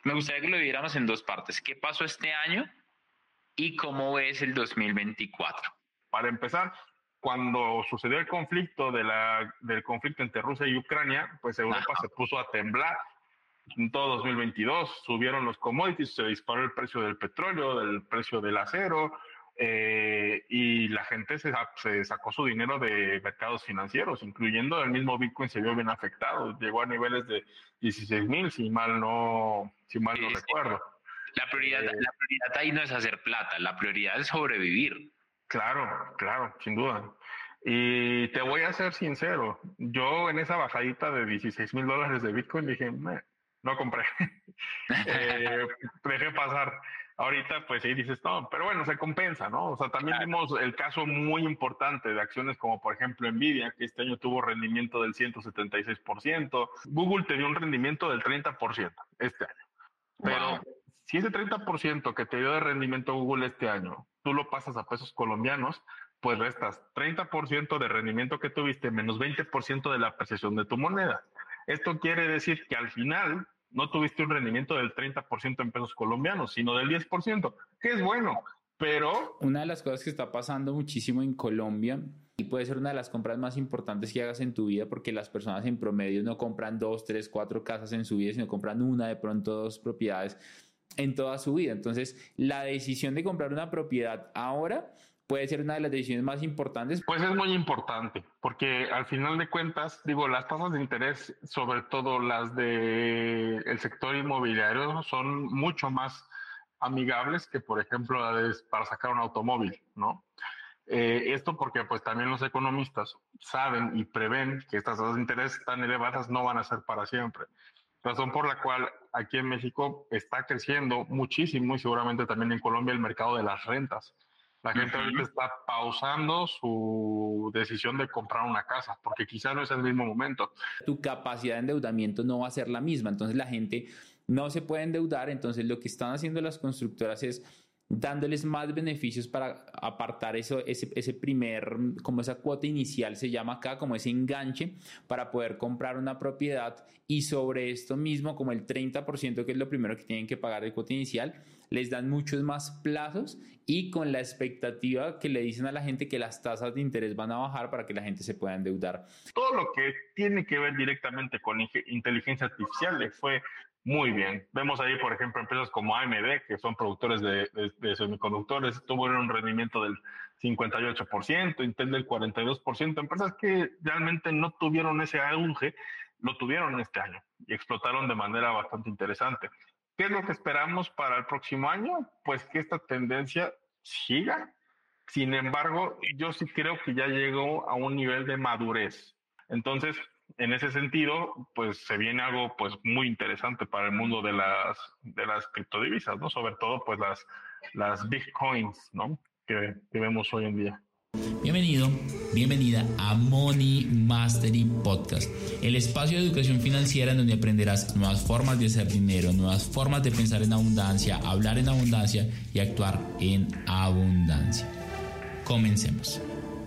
Me gustaría que lo dividiéramos en dos partes. ¿Qué pasó este año y cómo ves el 2024? Para empezar, cuando sucedió el conflicto del conflicto entre Rusia y Ucrania, pues Europa Ajá. se puso a temblar. En todo 2022 subieron los commodities, se disparó el precio del petróleo, el precio del acero, y la gente se sacó su dinero de mercados financieros, incluyendo el mismo Bitcoin se vio bien afectado, llegó a niveles de 16,000, si mal no Sí, sí. recuerdo. La prioridad ahí no es hacer plata, la prioridad es sobrevivir. Claro, claro, sin duda. Y te voy a ser sincero, yo en esa bajadita de $16,000 de Bitcoin dije, no compré, eh, dejé pasar. Ahorita pues sí dices, no, pero bueno, se compensa, ¿no? O sea, también Claro. vimos el caso muy importante de acciones como por ejemplo Nvidia, que este año tuvo rendimiento del 176%. Google te dio un rendimiento del 30% este año. Pero Wow. si ese 30% que te dio de rendimiento Google este año, tú lo pasas a pesos colombianos, pues restas 30% de rendimiento que tuviste menos 20% de la apreciación de tu moneda. Esto quiere decir que al final no tuviste un rendimiento del 30% en pesos colombianos, sino del 10%, que es bueno, pero Una de las cosas que está pasando muchísimo en Colombia y puede ser una de las compras más importantes que hagas en tu vida porque las personas en promedio no compran 2, 3, 4 casas en su vida, sino compran una, de pronto 2 propiedades en toda su vida. Entonces, la decisión de comprar una propiedad ahora puede ser una de las decisiones más importantes. pues es muy importante, porque al final de cuentas, digo, las tasas de interés, sobre todo las de el sector inmobiliario, son mucho más amigables que, por ejemplo, para sacar un automóvil, ¿no? Esto porque pues también los economistas saben y prevén que estas tasas de interés tan elevadas no van a ser para siempre. Razón por la cual aquí en México está creciendo muchísimo y seguramente también en Colombia el mercado de las rentas. La gente ahorita Ujú. está pausando su decisión de comprar una casa porque quizá no es el mismo momento. Tu capacidad de endeudamiento no va a ser la misma. Entonces la gente no se puede endeudar. Entonces lo que están haciendo las constructoras es dándoles más beneficios para apartar ese primer, como esa cuota inicial se llama acá, como ese enganche para poder comprar una propiedad y sobre esto mismo, como el 30%, que es lo primero que tienen que pagar de cuota inicial, les dan muchos más plazos y con la expectativa que le dicen a la gente que las tasas de interés van a bajar para que la gente se pueda endeudar. Todo lo que tiene que ver directamente con inteligencia artificial le fue muy bien. Vemos ahí, por ejemplo, empresas como AMD, que son productores de semiconductores, tuvieron un rendimiento del 58%, Intel del 42%, empresas que realmente no tuvieron ese auge, lo tuvieron este año y explotaron de manera bastante interesante. ¿Qué es lo que esperamos para el próximo año? Pues que esta tendencia siga. Sin embargo, yo sí creo que ya llegó a un nivel de madurez. Entonces, en ese sentido, pues se viene algo pues muy interesante para el mundo de las criptodivisas, ¿no? Sobre todo pues las bitcoins, ¿no? Que vemos hoy en día. Bienvenido, bienvenida a Money Mastery Podcast, el espacio de educación financiera en donde aprenderás nuevas formas de hacer dinero, nuevas formas de pensar en abundancia, hablar en abundancia y actuar en abundancia. Comencemos.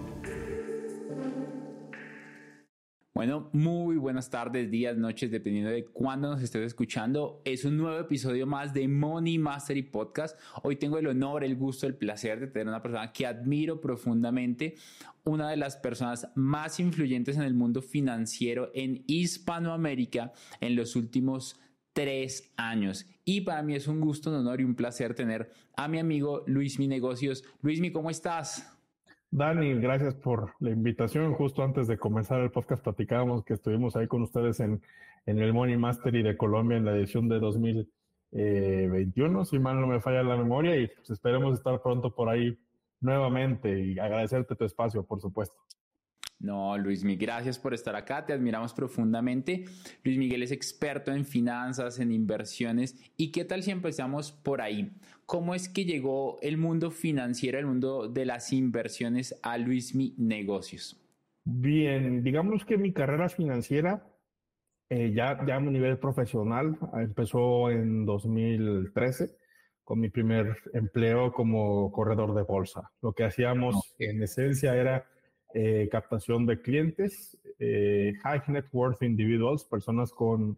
Bueno, muy buenas tardes, días, noches, dependiendo de cuándo nos estés escuchando. Es un nuevo episodio más de Money Mastery Podcast. Hoy tengo el honor, el gusto, el placer de tener una persona que admiro profundamente, una de las personas más influyentes en el mundo financiero en Hispanoamérica en los últimos 3 años. Y para mí es un gusto, un honor y un placer tener a mi amigo Luismi Negocios. Luismi, ¿cómo estás? Dani, gracias por la invitación. Justo antes de comenzar el podcast platicábamos que estuvimos ahí con ustedes en el Money Mastery de Colombia en la edición de 2021, si mal no me falla la memoria, y pues esperemos estar pronto por ahí nuevamente y agradecerte tu espacio, por supuesto. No, Luis Miguel, gracias por estar acá, te admiramos profundamente. Luis Miguel es experto en finanzas, en inversiones. ¿Y qué tal si empezamos por ahí? ¿Cómo es que llegó el mundo financiero, el mundo de las inversiones a Luis Miguel Negocios? Bien, digamos que mi carrera financiera, ya a un nivel profesional, empezó en 2013 con mi primer empleo como corredor de bolsa. Lo que hacíamos en esencia era captación de clientes, high net worth individuals, personas con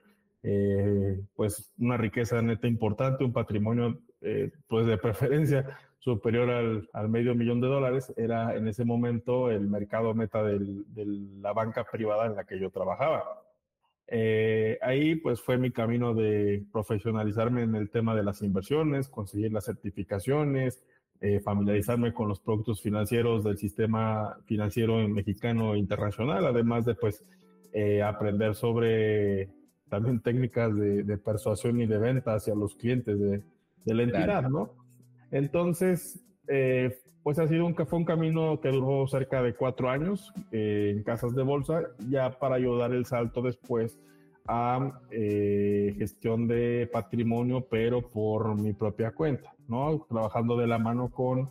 pues una riqueza neta importante, un patrimonio pues de preferencia superior al $500,000, era en ese momento el mercado meta de la banca privada en la que yo trabajaba. Ahí pues fue mi camino de profesionalizarme en el tema de las inversiones, conseguir las certificaciones, familiarizarme con los productos financieros del sistema financiero mexicano e internacional, además de pues aprender sobre también técnicas de persuasión y de venta hacia los clientes de la entidad, claro, ¿no? Entonces, pues fue un camino que duró cerca de 4 años en casas de bolsa, ya para yo dar el salto después a gestión de patrimonio, pero por mi propia cuenta, ¿no? Trabajando de la mano con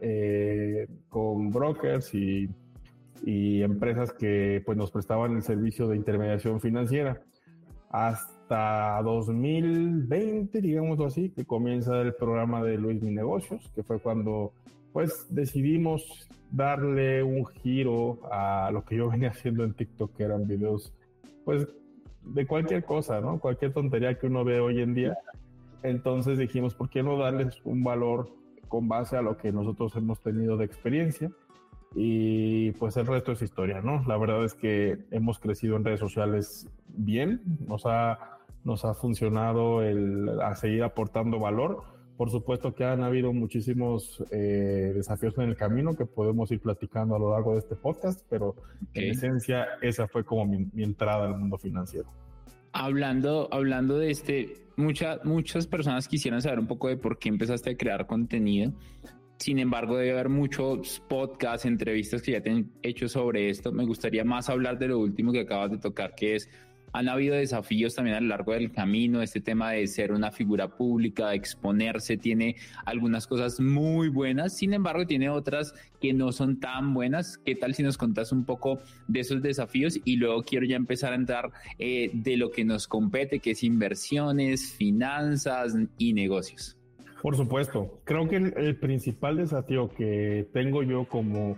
brokers y empresas que pues nos prestaban el servicio de intermediación financiera. Hasta 2020, digámoslo así, que comienza el programa de Luis Mi Negocios, que fue cuando pues decidimos darle un giro a lo que yo venía haciendo en TikTok, que eran videos pues de cualquier cosa, ¿no? Cualquier tontería que uno ve hoy en día. Entonces dijimos, ¿por qué no darles un valor con base a lo que nosotros hemos tenido de experiencia? Y pues el resto es historia, ¿no? La verdad es que hemos crecido en redes sociales bien, nos ha funcionado a seguir aportando valor. Por supuesto que han habido muchísimos desafíos en el camino que podemos ir platicando a lo largo de este podcast, pero en esencia esa fue como mi entrada al mundo financiero. Hablando de muchas personas quisieran saber un poco de por qué empezaste a crear contenido. Sin embargo, debe haber muchos podcasts, entrevistas que ya te han hecho sobre esto. Me gustaría más hablar de lo último que acabas de tocar, que es, han habido desafíos también a lo largo del camino. Este tema de ser una figura pública, de exponerse, tiene algunas cosas muy buenas, sin embargo, tiene otras que no son tan buenas. ¿Qué tal si nos contás un poco de esos desafíos? Y luego quiero ya empezar a entrar de lo que nos compete, que es inversiones, finanzas y negocios. Por supuesto. Creo que el principal desafío que tengo yo como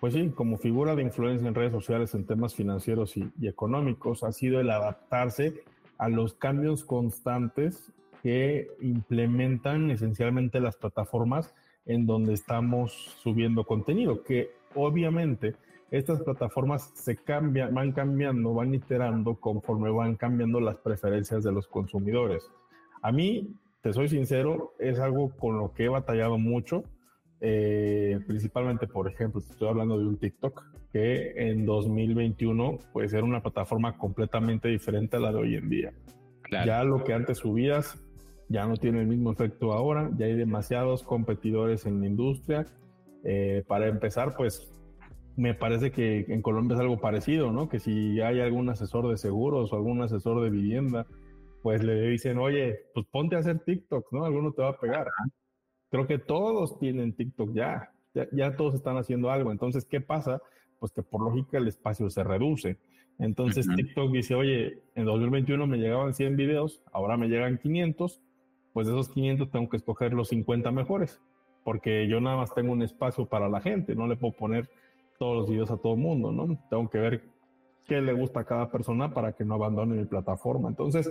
figura de influencia en redes sociales en temas financieros y económicos ha sido el adaptarse a los cambios constantes que implementan esencialmente las plataformas en donde estamos subiendo contenido, que obviamente estas plataformas van cambiando, van iterando conforme van cambiando las preferencias de los consumidores. A mí, te soy sincero, es algo con lo que he batallado mucho, principalmente, por ejemplo, estoy hablando de un TikTok que en 2021 pues era una plataforma completamente diferente a la de hoy en día. Claro. Ya lo que antes subías ya no tiene el mismo efecto ahora, ya hay demasiados competidores en la industria. Para empezar, pues me parece que en Colombia es algo parecido, ¿no? Que si hay algún asesor de seguros o algún asesor de vivienda, pues le dicen, oye, pues ponte a hacer TikTok, ¿no? Alguno te va a pegar. Creo que todos tienen TikTok ya todos están haciendo algo. Entonces, ¿qué pasa? Pues que por lógica el espacio se reduce. Entonces TikTok dice, oye, en 2021 me llegaban 100 videos, ahora me llegan 500, pues de esos 500 tengo que escoger los 50 mejores, porque yo nada más tengo un espacio para la gente, no le puedo poner todos los videos a todo el mundo, ¿no? Tengo que ver qué le gusta a cada persona para que no abandone mi plataforma. Entonces,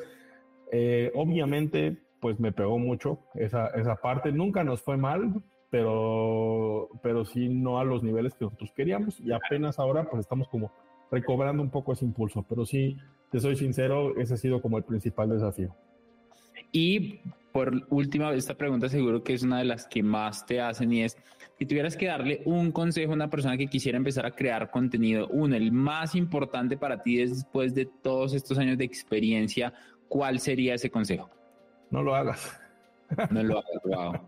obviamente, pues me pegó mucho esa parte. Nunca nos fue mal, pero sí no a los niveles que nosotros queríamos, y apenas ahora pues estamos como recobrando un poco ese impulso, pero sí, te soy sincero, ese ha sido como el principal desafío. Y por última, esta pregunta seguro que es una de las que más te hacen, y es, si tuvieras que darle un consejo a una persona que quisiera empezar a crear contenido, el más importante para ti después de todos estos años de experiencia, ¿cuál sería ese consejo? No lo hagas. No lo hagas, wow.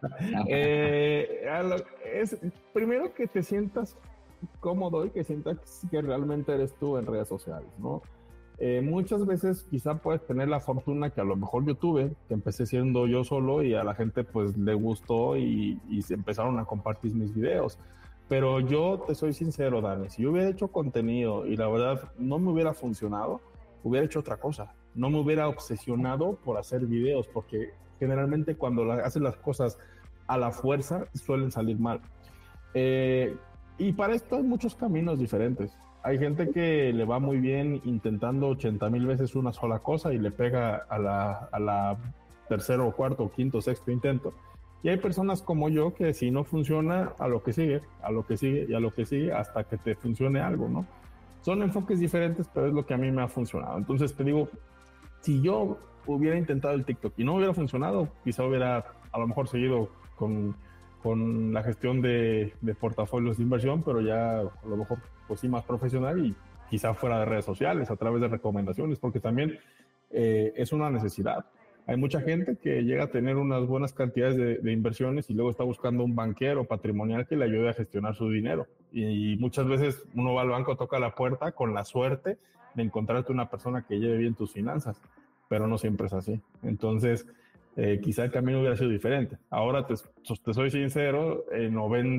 Primero que te sientas cómodo y que sientas que realmente eres tú en redes sociales, ¿no? Muchas veces quizá puedes tener la fortuna que a lo mejor yo tuve, que empecé siendo yo solo y a la gente pues le gustó y se empezaron a compartir mis videos. Pero yo te soy sincero, Dani, si yo hubiera hecho contenido y la verdad no me hubiera funcionado, hubiera hecho otra cosa. No me hubiera obsesionado por hacer videos, porque generalmente cuando haces las cosas a la fuerza suelen salir mal. Y para esto hay muchos caminos diferentes. Hay gente que le va muy bien intentando 80,000 veces una sola cosa y le pega a la tercero, cuarto, quinto, sexto intento. Y hay personas como yo que si no funciona, a lo que sigue, a lo que sigue y a lo que sigue hasta que te funcione algo, ¿no? Son enfoques diferentes, pero es lo que a mí me ha funcionado. Entonces te digo, si yo hubiera intentado el TikTok y no hubiera funcionado, quizá hubiera a lo mejor seguido con la gestión de portafolios de inversión, pero ya a lo mejor pues sí más profesional y quizá fuera de redes sociales, a través de recomendaciones, porque también es una necesidad. Hay mucha gente que llega a tener unas buenas cantidades de inversiones y luego está buscando un banquero patrimonial que le ayude a gestionar su dinero. Y muchas veces uno va al banco, toca la puerta con la suerte de encontrarte una persona que lleve bien tus finanzas, pero no siempre es así. Entonces, quizá el camino hubiera sido diferente. Ahora te soy sincero, del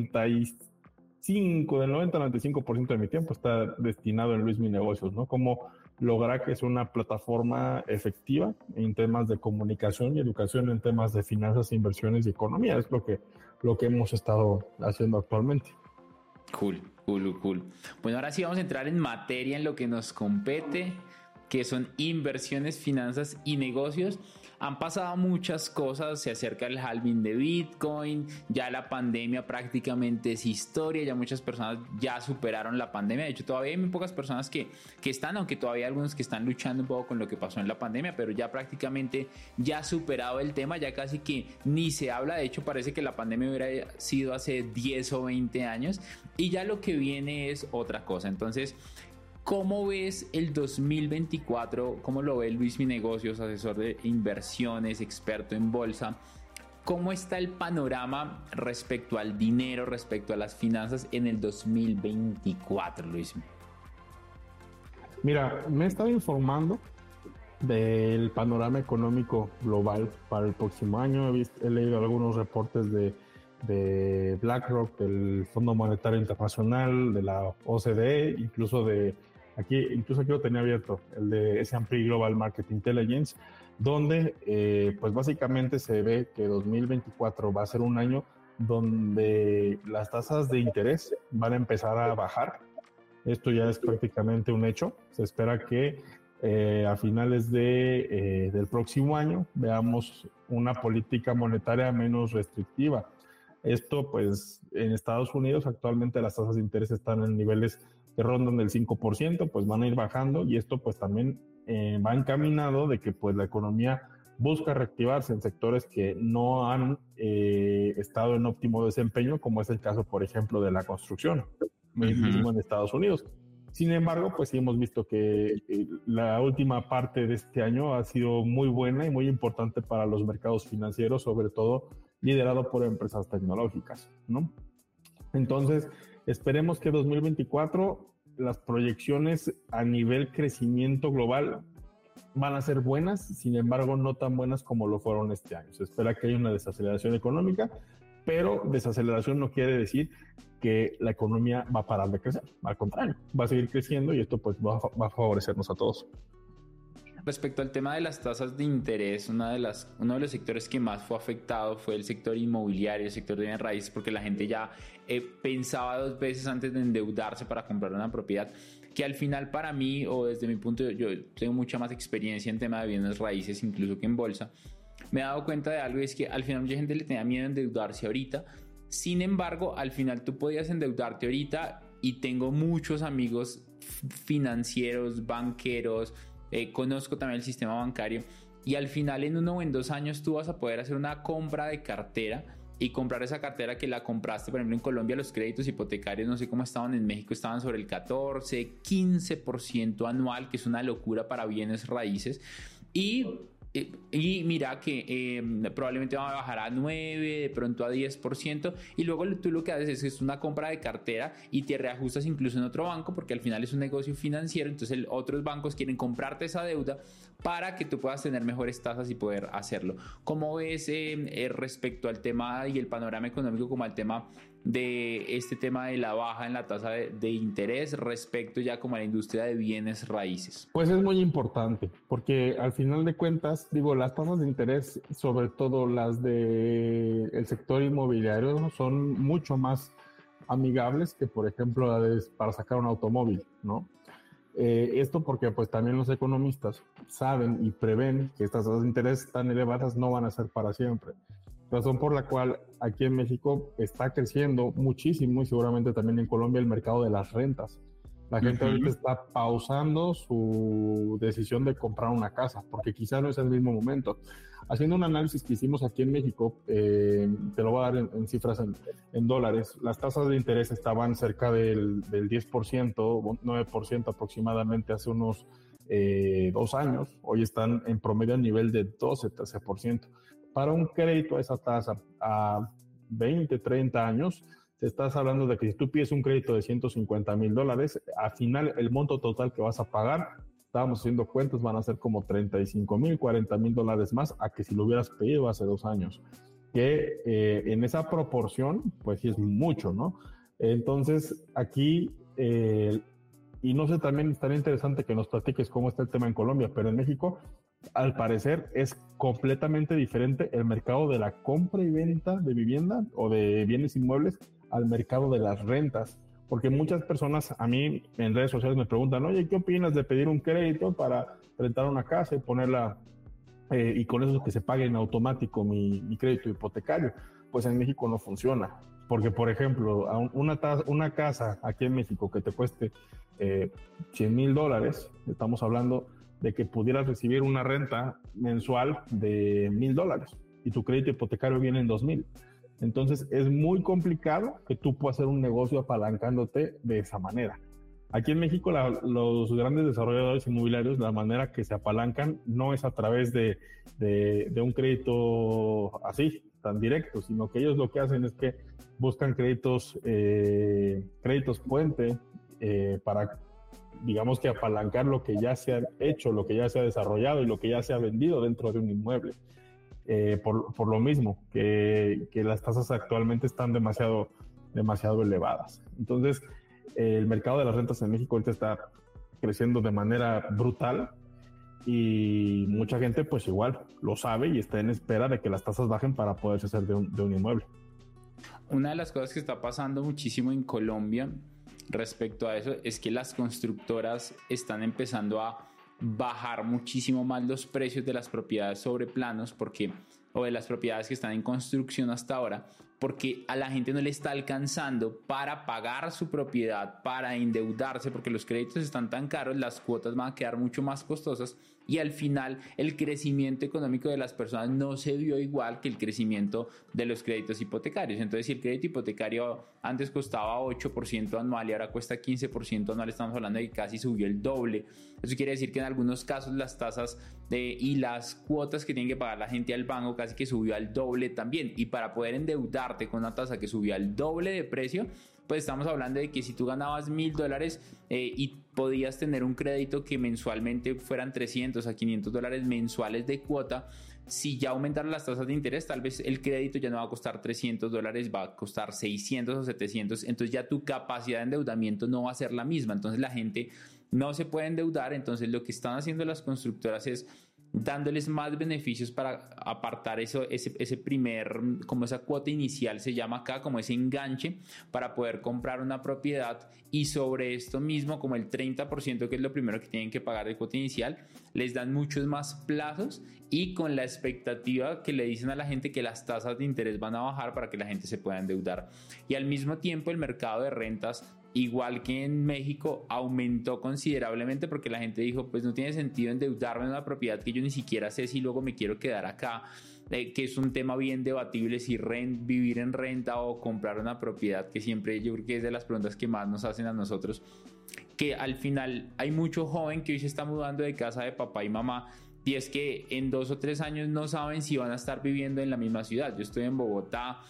90-95% de mi tiempo está destinado en Luis Mi Negocios, ¿no? Cómo lograr que es una plataforma efectiva en temas de comunicación y educación, en temas de finanzas, inversiones y economía. Es lo que hemos estado haciendo actualmente. Cool. Bueno, ahora sí vamos a entrar en materia, en lo que nos compete, que son inversiones, finanzas y negocios. Han pasado muchas cosas, se acerca el halving de Bitcoin, ya la pandemia prácticamente es historia, ya muchas personas ya superaron la pandemia. De hecho, todavía hay muy pocas personas que están, aunque todavía hay algunos que están luchando un poco con lo que pasó en la pandemia, pero ya prácticamente ya superado el tema, ya casi que ni se habla. De hecho, parece que la pandemia hubiera sido hace 10 o 20 años y ya lo que viene es otra cosa. Entonces, ¿cómo ves el 2024? ¿Cómo lo ve Luis Mi Negocios, asesor de inversiones, experto en bolsa? ¿Cómo está el panorama respecto al dinero, respecto a las finanzas en el 2024, Luis? Mira, me he estado informando del panorama económico global para el próximo año. He leído algunos reportes de BlackRock, del Fondo Monetario Internacional, de la OCDE, incluso aquí lo tenía abierto, el de S&P Global Market Intelligence, donde pues básicamente se ve que 2024 va a ser un año donde las tasas de interés van a empezar a bajar. Esto ya es prácticamente un hecho. Se espera que a finales del próximo año veamos una política monetaria menos restrictiva. Esto, pues, en Estados Unidos actualmente las tasas de interés están en niveles que rondan el 5%, pues van a ir bajando, y esto pues también va encaminado de que pues la economía busca reactivarse en sectores que no han estado en óptimo desempeño, como es el caso, por ejemplo, de la construcción, mismo en Estados Unidos. Sin embargo, pues sí hemos visto que la última parte de este año ha sido muy buena y muy importante para los mercados financieros, sobre todo liderado por empresas tecnológicas, ¿no? Entonces, esperemos que 2024 las proyecciones a nivel crecimiento global van a ser buenas, sin embargo, no tan buenas como lo fueron este año. Se espera que haya una desaceleración económica, pero desaceleración no quiere decir que la economía va a parar de crecer. Al contrario, va a seguir creciendo y esto pues va a favorecernos a todos. Respecto al tema de las tasas de interés, uno de los sectores que más fue afectado fue el sector inmobiliario, el sector de bienes raíces, porque la gente ya pensaba dos veces antes de endeudarse para comprar una propiedad, que al final para mí, o desde mi punto de vista, yo tengo mucha más experiencia en tema de bienes raíces incluso que en bolsa, me he dado cuenta de algo, y es que al final mucha gente le tenía miedo a endeudarse ahorita. Sin embargo, al final tú podías endeudarte ahorita, y tengo muchos amigos financieros, banqueros, conozco también el sistema bancario, y al final en 1 o en 2 años tú vas a poder hacer una compra de cartera y comprar esa cartera que la compraste. Por ejemplo, en Colombia los créditos hipotecarios, no sé cómo estaban en México, estaban sobre el 14-15% anual, que es una locura para bienes raíces, y mira que probablemente va a bajar a 9%, de pronto a 10%, y luego tú lo que haces es una compra de cartera y te reajustas incluso en otro banco, porque al final es un negocio financiero. Entonces otros bancos quieren comprarte esa deuda para que tú puedas tener mejores tasas y poder hacerlo. ¿Cómo ves respecto al tema y el panorama económico, como al tema de este tema de la baja en la tasa de interés respecto ya como a la industria de bienes raíces? Pues es muy importante, porque al final de cuentas, digo, las tasas de interés, sobre todo las del sector inmobiliario, son mucho más amigables que, por ejemplo, para sacar un automóvil, ¿no? Esto porque pues también los economistas saben y prevén que estas tasas de interés tan elevadas no van a ser para siempre. Razón por la cual aquí en México está creciendo muchísimo y seguramente también en Colombia el mercado de las rentas. La gente ahorita está pausando su decisión de comprar una casa porque quizá no es el mismo momento. Haciendo un análisis que hicimos aquí en México, te lo voy a dar en cifras en dólares, las tasas de interés estaban cerca del 10%, 9% aproximadamente hace unos 2 años. Hoy están en promedio a nivel de 12-13%. Para un crédito a esa tasa a 20, 30 años, te estás hablando de que si tú pides un crédito de $150,000, al final el monto total que vas a pagar, estábamos haciendo cuentas, van a ser como $35,000, $40,000 más a que si lo hubieras pedido hace 2 años. Que en esa proporción, pues sí es mucho, ¿no? Entonces, aquí, y no sé, también estaría interesante que nos platiques cómo está el tema en Colombia, pero en México, al parecer, es completamente diferente el mercado de la compra y venta de vivienda o de bienes inmuebles al mercado de las rentas, porque muchas personas a mí en redes sociales me preguntan, oye, ¿qué opinas de pedir un crédito para rentar una casa y ponerla y con eso que se pague en automático mi crédito hipotecario? Pues en México no funciona, porque por ejemplo, una casa aquí en México que te cueste $100,000, estamos hablando de que pudieras recibir una renta mensual de $1,000 y tu crédito hipotecario viene en $2,000. Entonces es muy complicado que tú puedas hacer un negocio apalancándote de esa manera. Aquí en México los grandes desarrolladores inmobiliarios, la manera que se apalancan no es a través de un crédito así, tan directo, sino que ellos lo que hacen es que buscan créditos puente para, digamos que apalancar lo que ya se ha hecho, lo que ya se ha desarrollado y lo que ya se ha vendido dentro de un inmueble. Por lo mismo, que las tasas actualmente están demasiado elevadas. Entonces, el mercado de las rentas en México ahorita está creciendo de manera brutal y mucha gente pues igual lo sabe y está en espera de que las tasas bajen para poderse hacer de un inmueble. Una de las cosas que está pasando muchísimo en Colombia respecto a eso es que las constructoras están empezando a bajar muchísimo más los precios de las propiedades sobre planos o de las propiedades que están en construcción hasta ahora, porque a la gente no le está alcanzando para pagar su propiedad, para endeudarse, porque los créditos están tan caros, las cuotas van a quedar mucho más costosas y al final el crecimiento económico de las personas no se vio igual que el crecimiento de los créditos hipotecarios. Entonces, si el crédito hipotecario antes costaba 8% anual y ahora cuesta 15% anual, estamos hablando de que casi subió el doble. Eso quiere decir que en algunos casos las tasas y las cuotas que tiene que pagar la gente al banco casi que subió al doble también. Y para poder endeudarte con una tasa que subió al doble de precio, pues estamos hablando de que si tú ganabas $1,000 y podías tener un crédito que mensualmente fueran $300 a $500 mensuales de cuota, si ya aumentaron las tasas de interés, tal vez el crédito ya no va a costar $300, va a costar 600 o 700, entonces ya tu capacidad de endeudamiento no va a ser la misma, entonces la gente no se puede endeudar. Entonces lo que están haciendo las constructoras es dándoles más beneficios para apartar ese primer, como esa cuota inicial se llama acá, como ese enganche para poder comprar una propiedad, y sobre esto mismo, como el 30% que es lo primero que tienen que pagar de cuota inicial, les dan muchos más plazos y con la expectativa que le dicen a la gente que las tasas de interés van a bajar para que la gente se pueda endeudar. Y al mismo tiempo el mercado de rentas, igual que en México, aumentó considerablemente porque la gente dijo, pues no tiene sentido endeudarme en una propiedad que yo ni siquiera sé si luego me quiero quedar acá, que es un tema bien debatible, si vivir en renta o comprar una propiedad, que siempre yo creo que es de las preguntas que más nos hacen a nosotros, que al final hay mucho joven que hoy se está mudando de casa de papá y mamá, y es que en 2 o 3 años no saben si van a estar viviendo en la misma ciudad. Yo estoy en Bogotá,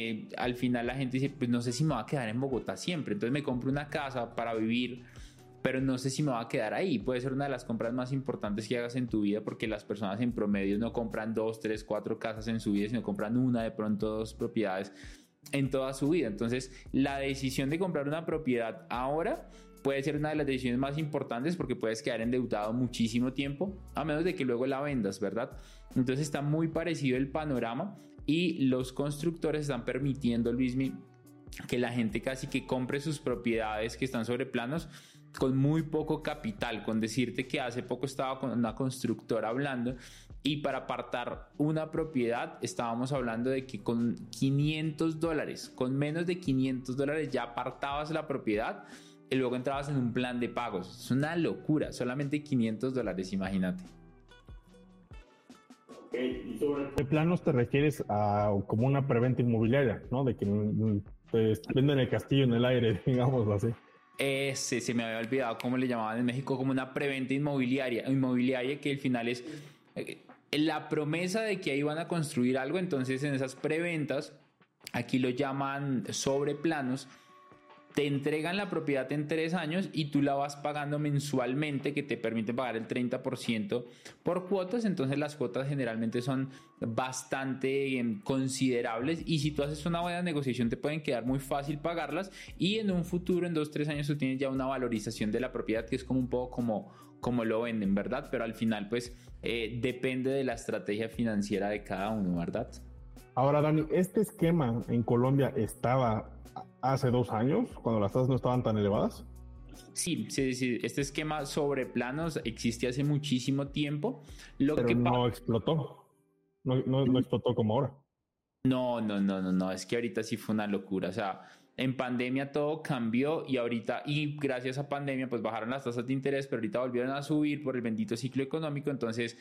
al final la gente dice, pues no sé si me va a quedar en Bogotá siempre, entonces me compro una casa para vivir, pero no sé si me va a quedar ahí. Puede ser una de las compras más importantes que hagas en tu vida, porque las personas en promedio no compran 2, 3, 4 casas en su vida, sino compran una, de pronto 2 propiedades en toda su vida. Entonces la decisión de comprar una propiedad ahora puede ser una de las decisiones más importantes, porque puedes quedar endeudado muchísimo tiempo, a menos de que luego la vendas, ¿verdad? Entonces está muy parecido el panorama y los constructores están permitiendo, Luismi, que la gente casi que compre sus propiedades que están sobre planos con muy poco capital. Con decirte que hace poco estaba con una constructora hablando, y para apartar una propiedad estábamos hablando de que con $500, con menos de $500 ya apartabas la propiedad y luego entrabas en un plan de pagos. Es una locura, solamente $500, imagínate. ¿Y sobre qué planos te refieres a como una preventa inmobiliaria, ¿no? De que te venden el castillo en el aire, digámoslo así. Se me había olvidado cómo le llamaban en México, como una preventa inmobiliaria que al final es la promesa de que ahí van a construir algo. Entonces en esas preventas, aquí lo llaman sobreplanos, te entregan la propiedad en 3 años y tú la vas pagando mensualmente, que te permite pagar el 30% por cuotas. Entonces las cuotas generalmente son bastante considerables, y si tú haces una buena negociación te pueden quedar muy fácil pagarlas, y en un futuro, en 2-3 años, tú tienes ya una valorización de la propiedad que es como un poco como lo venden, ¿verdad? Pero al final pues depende de la estrategia financiera de cada uno, ¿verdad? Ahora, Dani, ¿este esquema en Colombia estaba hace 2 años, cuando las tasas no estaban tan elevadas? Sí, este esquema sobre planos existe hace muchísimo tiempo. Pero no explotó. No explotó como ahora. No, es que ahorita sí fue una locura. O sea, en pandemia todo cambió, y gracias a pandemia pues bajaron las tasas de interés, pero ahorita volvieron a subir por el bendito ciclo económico. Entonces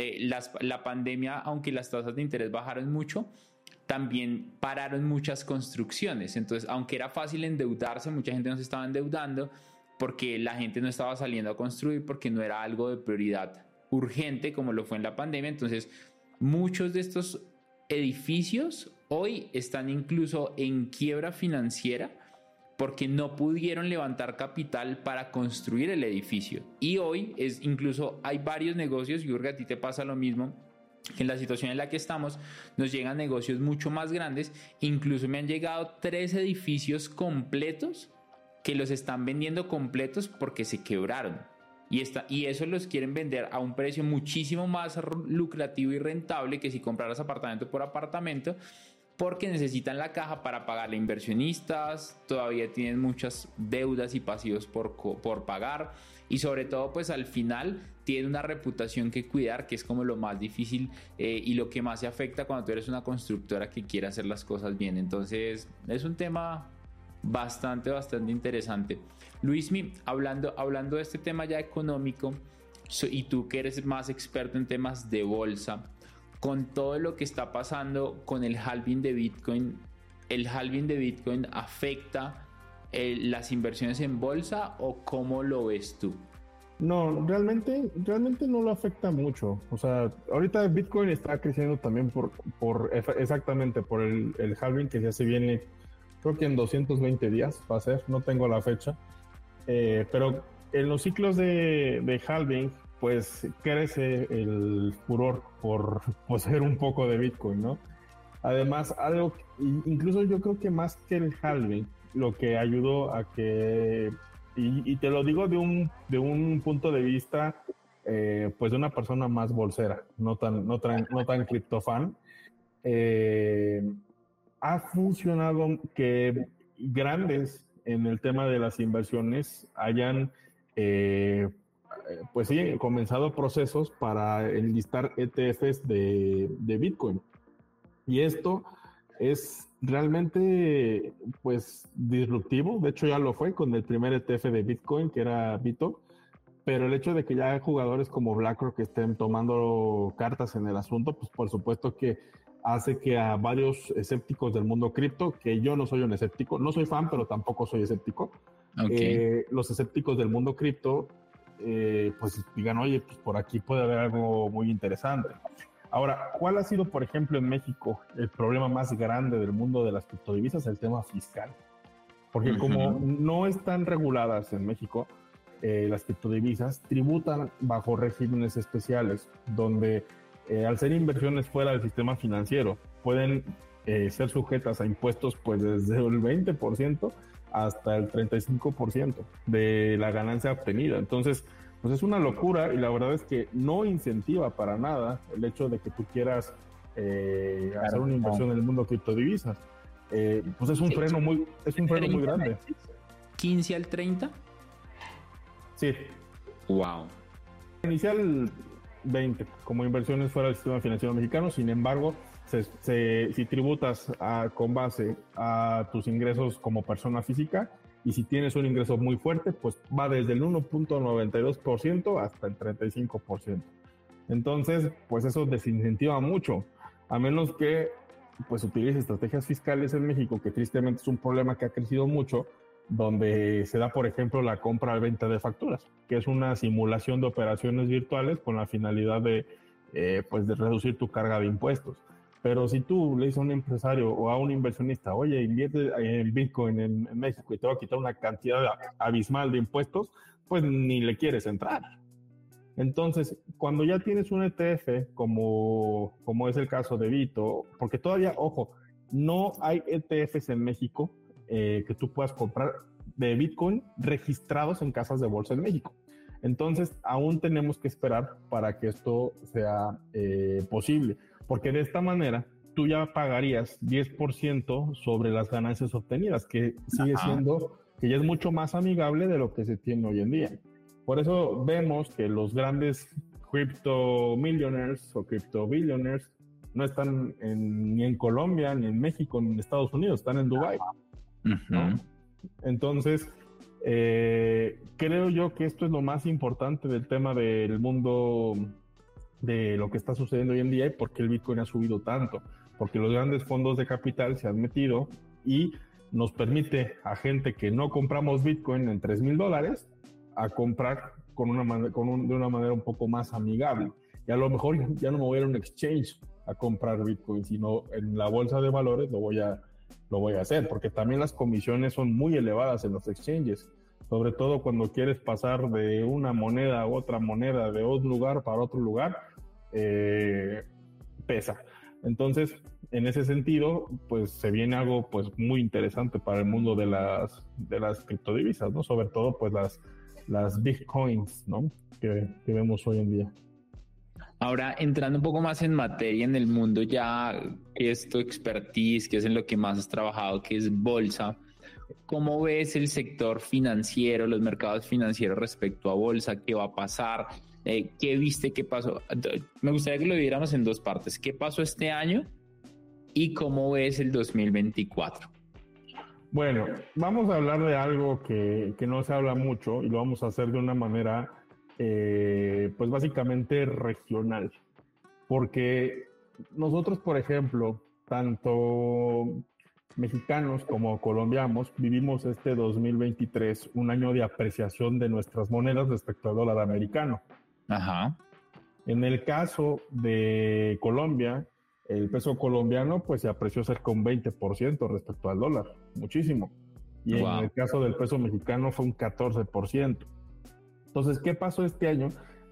la pandemia, aunque las tasas de interés bajaron mucho, también pararon muchas construcciones. Entonces, aunque era fácil endeudarse, mucha gente no se estaba endeudando porque la gente no estaba saliendo a construir, porque no era algo de prioridad urgente como lo fue en la pandemia. Entonces, muchos de estos edificios hoy están incluso en quiebra financiera porque no pudieron levantar capital para construir el edificio. Y hoy incluso hay varios negocios, yo creo que a ti te pasa lo mismo, que en la situación en la que estamos nos llegan negocios mucho más grandes. Incluso me han llegado 3 edificios completos que los están vendiendo completos porque se quebraron, y eso los quieren vender a un precio muchísimo más lucrativo y rentable que si compraras apartamento por apartamento, porque necesitan la caja para pagarle a inversionistas, todavía tienen muchas deudas y pasivos por pagar, y sobre todo pues al final tiene una reputación que cuidar, que es como lo más difícil y lo que más se afecta cuando tú eres una constructora que quiere hacer las cosas bien. Entonces es un tema bastante interesante. Luismi, hablando de este tema ya económico, y tú que eres más experto en temas de bolsa, con todo lo que está pasando con el halving de Bitcoin, ¿el halving de Bitcoin afecta las inversiones en bolsa, o cómo lo ves tú? No, realmente no lo afecta mucho. O sea, ahorita Bitcoin está creciendo también exactamente por el halving que ya se viene, creo que en 220 días va a ser, no tengo la fecha, pero en los ciclos de halving pues crece el furor por poseer un poco de Bitcoin, ¿no? Además, incluso yo creo que más que el halving, lo que ayudó a que, y te lo digo de un punto de vista pues de una persona más bolsera, no tan criptofan, ha funcionado que grandes en el tema de las inversiones hayan pues sí, comenzado procesos para enlistar ETFs de Bitcoin. Y esto es realmente pues disruptivo. De hecho ya lo fue con el primer ETF de Bitcoin, que era Bito, pero el hecho de que ya hay jugadores como BlackRock que estén tomando cartas en el asunto, pues por supuesto que hace que a varios escépticos del mundo cripto, que yo no soy un escéptico, no soy fan, pero tampoco soy escéptico, los escépticos del mundo cripto pues digan, oye, pues por aquí puede haber algo muy interesante. Ahora, ¿cuál ha sido, por ejemplo, en México el problema más grande del mundo de las criptodivisas? El tema fiscal. Porque como no están reguladas en México, las criptodivisas tributan bajo regímenes especiales, donde al ser inversiones fuera del sistema financiero, pueden ser sujetas a impuestos pues desde el 20% hasta el 35% de la ganancia obtenida. Entonces, pues es una locura, y la verdad es que no incentiva para nada el hecho de que tú quieras hacer una inversión en el mundo de criptodivisas. pues es un freno muy grande. 15 al 30. Sí. Wow. Inicial 20 como inversiones fuera del sistema financiero mexicano. Sin embargo, si tributas con base a tus ingresos como persona física, y si tienes un ingreso muy fuerte, pues va desde el 1.92% hasta el 35%. Entonces, pues eso desincentiva mucho, a menos que pues utilices estrategias fiscales en México, que tristemente es un problema que ha crecido mucho, donde se da, por ejemplo, la compra y venta de facturas, que es una simulación de operaciones virtuales con la finalidad de reducir tu carga de impuestos. Pero si tú le dices a un empresario o a un inversionista, oye, invierte en Bitcoin en México y te va a quitar una cantidad abismal de impuestos, pues ni le quieres entrar. Entonces, cuando ya tienes un ETF, como es el caso de Bito, porque todavía, ojo, no hay ETFs en México que tú puedas comprar de Bitcoin registrados en casas de bolsa en México. Entonces, aún tenemos que esperar para que esto sea posible, porque de esta manera tú ya pagarías 10% sobre las ganancias obtenidas, que sigue siendo, que ya es mucho más amigable de lo que se tiene hoy en día. Por eso vemos que los grandes crypto millionaires o crypto billionaires no están ni en Colombia, ni en México, ni en Estados Unidos, están en Dubái. ¿No? Entonces, creo yo que esto es lo más importante del tema del mundo de lo que está sucediendo hoy en día y por qué el Bitcoin ha subido tanto, porque los grandes fondos de capital se han metido y nos permite a gente que no compramos Bitcoin en $3,000 a comprar de una manera un poco más amigable. Y a lo mejor ya no me voy a ir a un exchange a comprar Bitcoin, sino en la bolsa de valores lo voy a hacer, porque también las comisiones son muy elevadas en los exchanges, sobre todo cuando quieres pasar de una moneda a otra moneda, de un lugar para otro lugar, pesa. Entonces, en ese sentido, pues se viene algo pues muy interesante para el mundo de las criptodivisas, ¿no? Sobre todo pues las Bitcoins, ¿no? Que vemos hoy en día. Ahora, entrando un poco más en materia en el mundo, ya que es tu expertise, que es en lo que más has trabajado, que es bolsa, ¿cómo ves el sector financiero, los mercados financieros respecto a bolsa? ¿Qué va a pasar? ¿Qué viste? ¿Qué pasó? Me gustaría que lo viéramos en dos partes. ¿Qué pasó este año? ¿Y cómo ves el 2024? Bueno, vamos a hablar de algo que no se habla mucho y lo vamos a hacer de una manera pues básicamente regional, porque nosotros, por ejemplo, tanto mexicanos como colombianos vivimos este 2023 un año de apreciación de nuestras monedas respecto al dólar americano. Ajá. En el caso de Colombia, el peso colombiano pues se apreció cerca de un 20% respecto al dólar, muchísimo. Y en el caso del peso mexicano fue un 14%. Entonces, ¿qué pasó este año?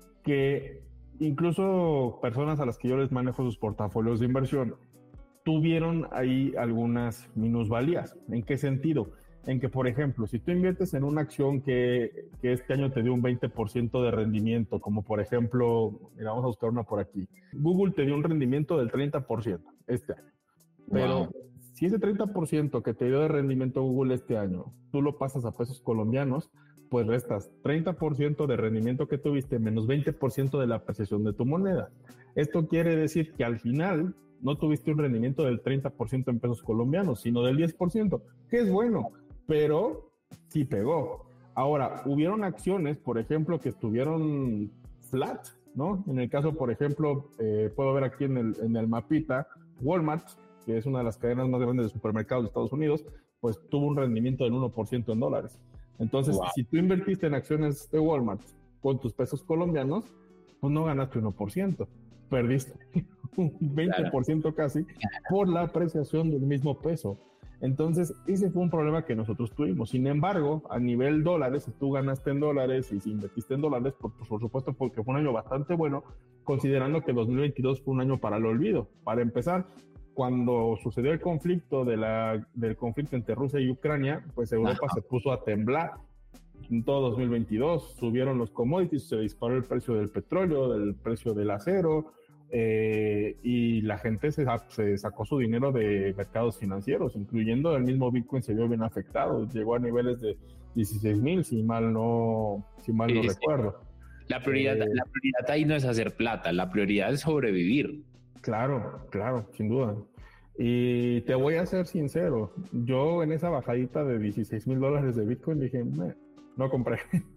Que incluso personas a las que yo les manejo sus portafolios de inversión tuvieron ahí algunas minusvalías. ¿En qué sentido? En que, por ejemplo, si tú inviertes en una acción que este año te dio un 20% de rendimiento, como por ejemplo, mira, vamos a buscar una por aquí. Google te dio un rendimiento del 30% este año. Pero si ese 30% que te dio de rendimiento Google este año, tú lo pasas a pesos colombianos, pues restas 30% de rendimiento que tuviste menos 20% de la apreciación de tu moneda. Esto quiere decir que al final no tuviste un rendimiento del 30% en pesos colombianos, sino del 10%, que es bueno, pero sí pegó. Ahora, hubieron acciones, por ejemplo, que estuvieron flat, ¿no? En el caso, por ejemplo, puedo ver aquí en el mapita, Walmart, que es una de las cadenas más grandes de supermercados de Estados Unidos, pues tuvo un rendimiento del 1% en dólares. Entonces, si tú invertiste en acciones de Walmart con tus pesos colombianos, pues no ganaste 1%, perdiste un 20% casi por la apreciación del mismo peso. Entonces, ese fue un problema que nosotros tuvimos. Sin embargo, a nivel dólares, si tú ganaste en dólares y si invertiste en dólares, pues por supuesto, porque fue un año bastante bueno, considerando que 2022 fue un año para el olvido. Para empezar, cuando sucedió el conflicto del conflicto entre Rusia y Ucrania, pues Europa se puso a temblar. En todo 2022 subieron los commodities, se disparó el precio del petróleo, el precio del acero, y la gente se sacó su dinero de mercados financieros, incluyendo el mismo Bitcoin se vio bien afectado, llegó a niveles de 16,000 si mal no recuerdo. La prioridad ahí no es hacer plata, la prioridad es sobrevivir. Claro, sin duda. Y te voy a ser sincero, yo en esa bajadita de $16,000 de Bitcoin dije, no compré,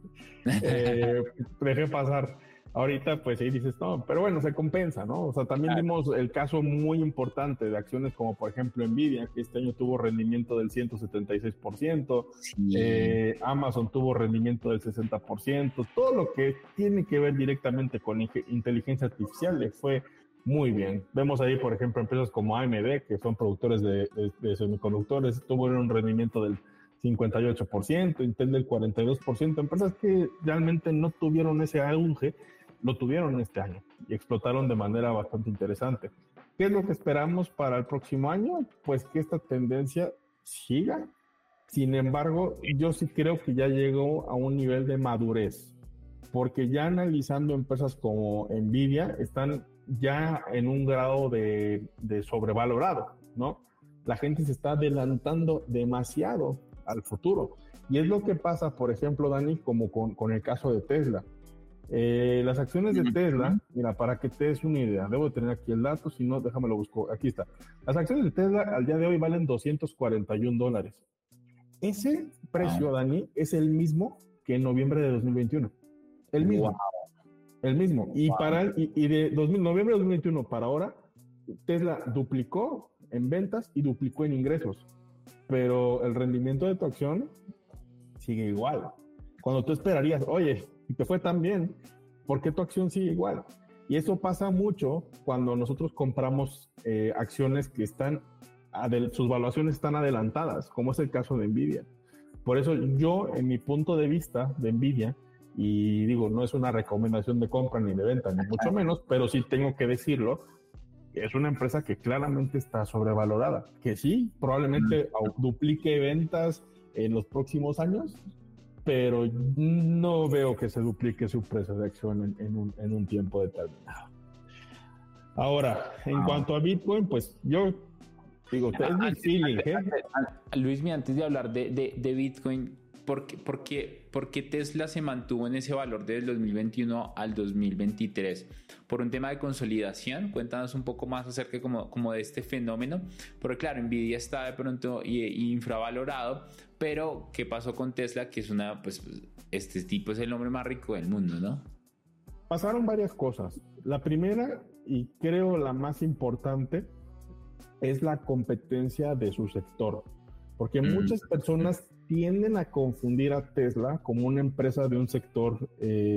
dejé pasar. Ahorita pues ahí dices, no, pero bueno, se compensa, ¿no? O sea, también vimos el caso muy importante de acciones como por ejemplo Nvidia, que este año tuvo rendimiento del 176%, sí. Amazon tuvo rendimiento del 60%, todo lo que tiene que ver directamente con inteligencia artificial le fue muy bien. Vemos ahí, por ejemplo, empresas como AMD, que son productores de semiconductores, tuvieron un rendimiento del 58%, Intel del 42%, empresas que realmente no tuvieron ese auge, lo tuvieron este año y explotaron de manera bastante interesante. ¿Qué es lo que esperamos para el próximo año? Pues que esta tendencia siga. Sin embargo, yo sí creo que ya llegó a un nivel de madurez, porque ya analizando empresas como Nvidia, están ya en un grado de sobrevalorado, ¿no? La gente se está adelantando demasiado al futuro. Y es lo que pasa, por ejemplo, Dani, como con el caso de Tesla. Las acciones de Tesla, mira, para que te des una idea, debo tener aquí el dato, si no, déjame lo busco, aquí está. Las acciones de Tesla al día de hoy valen $241. Ese precio, Dani, es el mismo que en noviembre de 2021. El mismo. Wow. El mismo. Y, y de noviembre de 2021 para ahora, Tesla duplicó en ventas y duplicó en ingresos. Pero el rendimiento de tu acción sigue igual. Cuando tú esperarías, oye, y te fue tan bien, ¿por qué tu acción sigue igual? Y eso pasa mucho cuando nosotros compramos acciones que sus valuaciones están adelantadas, como es el caso de Nvidia. Por eso yo, en mi punto de vista de Nvidia, y digo, no es una recomendación de compra ni de venta, ni mucho menos, pero sí tengo que decirlo, es una empresa que claramente está sobrevalorada, que sí, probablemente duplique ventas en los próximos años, pero no veo que se duplique su precio de acción en un tiempo determinado. Ahora, en cuanto a Bitcoin, pues yo digo, es mi feeling, Luis, antes de hablar de Bitcoin, ¿por qué Tesla se mantuvo en ese valor desde el 2021 al 2023? ¿Por un tema de consolidación? Cuéntanos un poco más acerca como de este fenómeno. Porque claro, Nvidia está de pronto infravalorado, pero ¿qué pasó con Tesla? Que es este tipo es el hombre más rico del mundo, ¿no? Pasaron varias cosas. La primera, y creo la más importante, es la competencia de su sector. Porque muchas personas tienden a confundir a Tesla como una empresa de un sector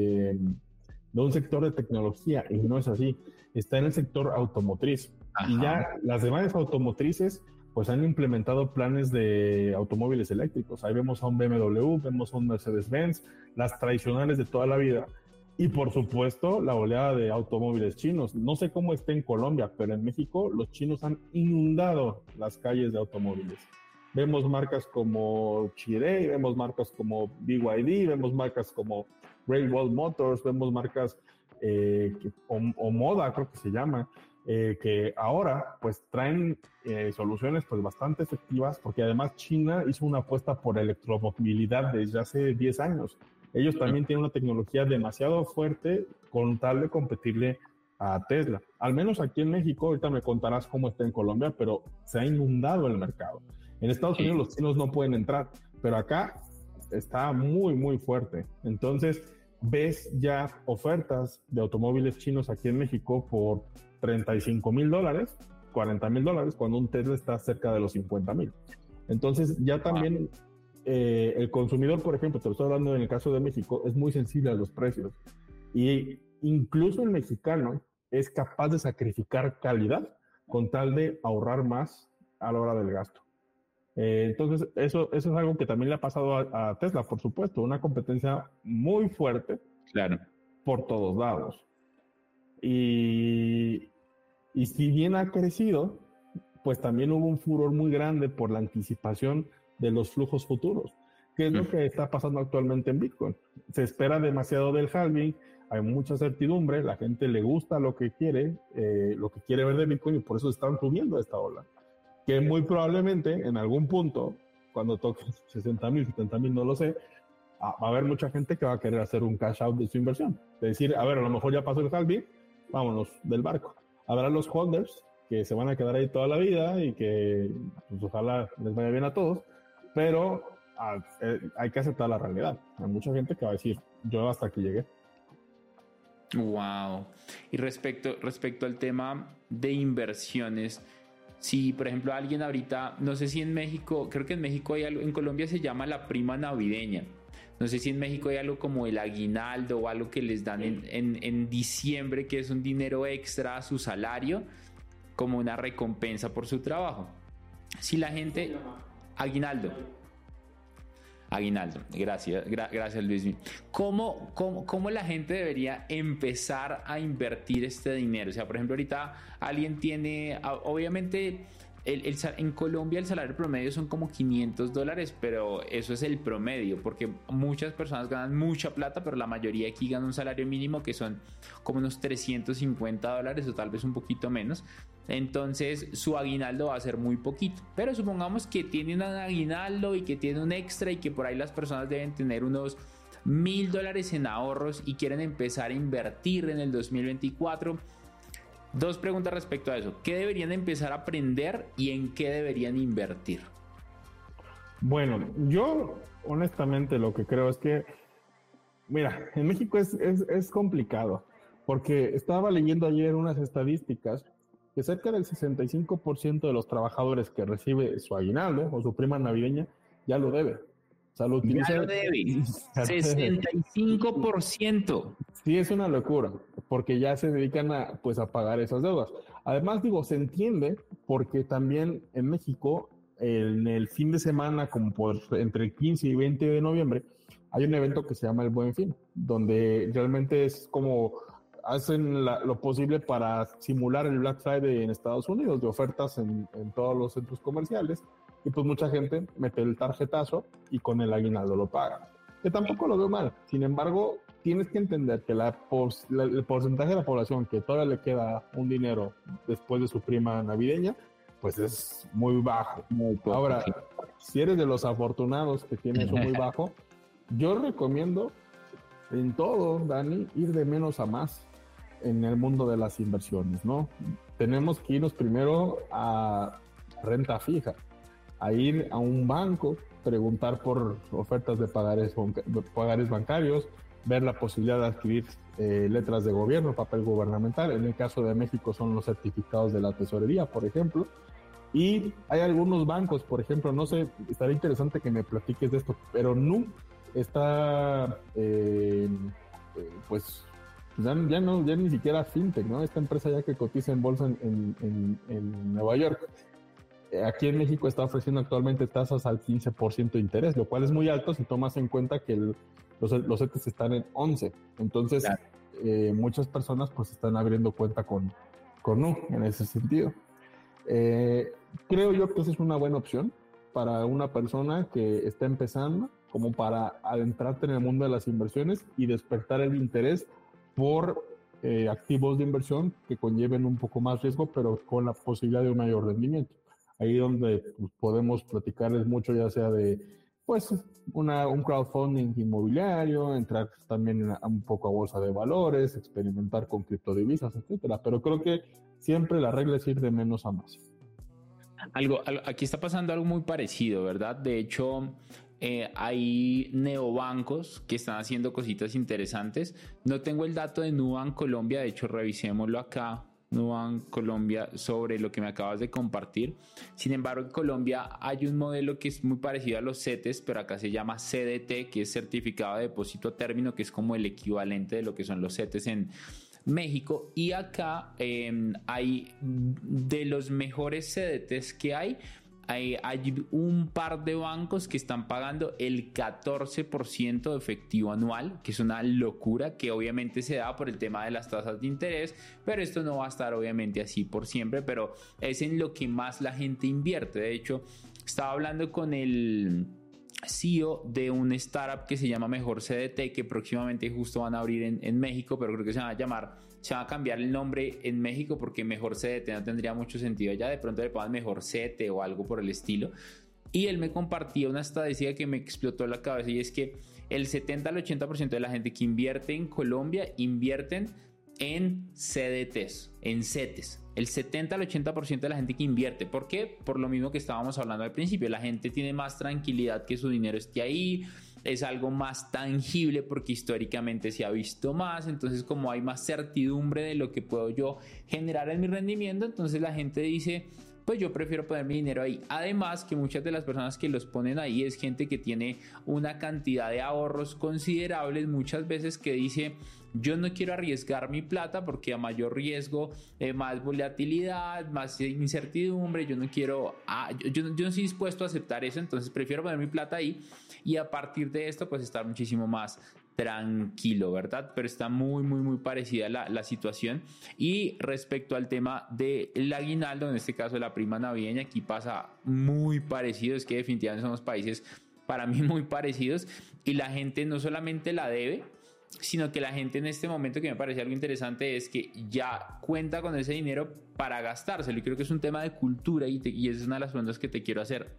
de tecnología, y no es así. Está en el sector automotriz. Ajá. Y ya las demás automotrices pues han implementado planes de automóviles eléctricos. Ahí vemos a un BMW, vemos a un Mercedes-Benz, las tradicionales de toda la vida. Y por supuesto, la oleada de automóviles chinos. No sé cómo está en Colombia, pero en México los chinos han inundado las calles de automóviles. Vemos marcas como Chery, vemos marcas como BYD, vemos marcas como Railroad Motors, vemos marcas o Moda, creo que se llama, que ahora pues traen soluciones pues bastante efectivas, porque además China hizo una apuesta por electromovilidad desde hace 10 años. Ellos también tienen una tecnología demasiado fuerte con tal de competirle a Tesla. Al menos aquí en México, ahorita me contarás cómo está en Colombia, pero se ha inundado el mercado. En Estados Unidos los chinos no pueden entrar, pero acá está muy, muy fuerte. Entonces, ves ya ofertas de automóviles chinos aquí en México por $35,000, $40,000, cuando un Tesla está cerca de los $50,000. Entonces, ya también el consumidor, por ejemplo, te lo estoy hablando en el caso de México, es muy sensible a los precios. Y incluso el mexicano es capaz de sacrificar calidad con tal de ahorrar más a la hora del gasto. Entonces, eso es algo que también le ha pasado a Tesla, por supuesto, una competencia muy fuerte, claro, por todos lados. Y si bien ha crecido, pues también hubo un furor muy grande por la anticipación de los flujos futuros, que es lo que está pasando actualmente en Bitcoin. Se espera demasiado del halving, hay mucha certidumbre, la gente le gusta lo que quiere ver de Bitcoin y por eso están subiendo esta ola. Que muy probablemente en algún punto, cuando toque 60,000, 70,000, no lo sé, va a haber mucha gente que va a querer hacer un cash out de su inversión. Es decir, a ver, a lo mejor ya pasó el halving, vámonos del barco. Habrá los holders que se van a quedar ahí toda la vida y que pues, ojalá les vaya bien a todos, pero hay que aceptar la realidad. Hay mucha gente que va a decir, yo hasta aquí llegué. Wow. Y respecto al tema de inversiones, si por ejemplo alguien ahorita, no sé si en México, creo que en México hay algo, en Colombia se llama la prima navideña. No sé si en México hay algo como el aguinaldo o algo que les dan en diciembre, que es un dinero extra a su salario, como una recompensa por su trabajo. Si la gente... Aguinaldo, gracias Luis. ¿Cómo la gente debería empezar a invertir este dinero? O sea, por ejemplo, ahorita alguien tiene, obviamente... en Colombia el salario promedio son como $500, pero eso es el promedio, porque muchas personas ganan mucha plata, pero la mayoría aquí gana un salario mínimo que son como unos $350 o tal vez un poquito menos. Entonces su aguinaldo va a ser muy poquito, pero supongamos que tienen un aguinaldo y que tiene un extra y que por ahí las personas deben tener unos $1,000 en ahorros y quieren empezar a invertir en el 2024. Dos preguntas respecto a eso. ¿Qué deberían empezar a aprender y en qué deberían invertir? Bueno, yo honestamente lo que creo es que, mira, en México es complicado, porque estaba leyendo ayer unas estadísticas que cerca del 65% de los trabajadores que recibe su aguinaldo o su prima navideña ya lo debe. O sea, lo utiliza. Ya lo debe. 65%. Sí, es una locura, porque ya se dedican a pagar esas deudas. Además, digo, se entiende porque también en México, en el fin de semana, como entre el 15 y 20 de noviembre, hay un evento que se llama el Buen Fin, donde realmente es como hacen lo posible para simular el Black Friday en Estados Unidos, de ofertas en todos los centros comerciales, y pues mucha gente mete el tarjetazo y con el aguinaldo lo paga. Que tampoco lo veo mal. Sin embargo, tienes que entender que el porcentaje de la población que todavía le queda un dinero después de su prima navideña, pues es muy bajo. Ahora, si eres de los afortunados que tiene eso muy bajo, yo recomiendo en todo, Dani, ir de menos a más en el mundo de las inversiones, ¿no? Tenemos que irnos primero a renta fija, a ir a un banco, preguntar por ofertas de pagares bancarios, ver la posibilidad de adquirir letras de gobierno, papel gubernamental. En el caso de México son los certificados de la tesorería, por ejemplo. Y hay algunos bancos, por ejemplo, no sé, estaría interesante que me platiques de esto, pero NU está, ya ni siquiera fintech, ¿no? Esta empresa ya que cotiza en bolsa en Nueva York. Aquí en México está ofreciendo actualmente tasas al 15% de interés, lo cual es muy alto si tomas en cuenta que los CETES están en 11. Entonces, claro, muchas personas pues están abriendo cuenta con NU en ese sentido. Creo yo que esa es una buena opción para una persona que está empezando, como para adentrarte en el mundo de las inversiones y despertar el interés por activos de inversión que conlleven un poco más riesgo, pero con la posibilidad de un mayor rendimiento. Ahí donde pues, podemos platicarles mucho, ya sea de un crowdfunding inmobiliario, entrar también un poco a bolsa de valores, experimentar con criptodivisas, etcétera. Pero creo que siempre la regla es ir de menos a más. Aquí está pasando algo muy parecido, ¿verdad? De hecho, hay neobancos que están haciendo cositas interesantes. No tengo el dato de Nubank Colombia, de hecho revisémoslo acá, Nubank Colombia, sobre lo que me acabas de compartir. Sin embargo, en Colombia hay un modelo que es muy parecido a los CETES, pero acá se llama CDT, que es Certificado de Depósito a Término, que es como el equivalente de lo que son los CETES en México. Y acá hay de los mejores CDTs que hay un par de bancos que están pagando el 14% de efectivo anual, que es una locura, que obviamente se da por el tema de las tasas de interés, pero esto no va a estar obviamente así por siempre, pero es en lo que más la gente invierte. De hecho, estaba hablando con el CEO de un startup que se llama Mejor CDT, que próximamente justo van a abrir en México, pero creo que se va a cambiar el nombre en México porque Mejor CDT no tendría mucho sentido allá, de pronto le pongan Mejor CT o algo por el estilo. Y él me compartía una estadística que me explotó la cabeza, y es que el 70 al 80% de la gente que invierte en Colombia invierten en CDTs, en CETES. El 70 al 80% de la gente que invierte. ¿Por qué? Por lo mismo que estábamos hablando al principio. La gente tiene más tranquilidad que su dinero esté ahí. Es algo más tangible porque históricamente se ha visto más. Entonces, como hay más certidumbre de lo que puedo yo generar en mi rendimiento, entonces la gente dice, pues yo prefiero poner mi dinero ahí. Además que muchas de las personas que los ponen ahí es gente que tiene una cantidad de ahorros considerables, muchas veces, que dice, yo no quiero arriesgar mi plata porque a mayor riesgo, más volatilidad, más incertidumbre, yo no quiero, yo no estoy dispuesto a aceptar eso, entonces prefiero poner mi plata ahí y a partir de esto pues estar muchísimo más tranquilo, ¿verdad? Pero está muy parecida la situación. Y respecto al tema del aguinaldo, en este caso la prima navideña, aquí pasa muy parecido. Es que definitivamente somos países para mí muy parecidos y la gente no solamente la debe, sino que la gente en este momento, que me parece algo interesante, es que ya cuenta con ese dinero para gastárselo. Y creo que es un tema de cultura y esa es una de las preguntas que te quiero hacer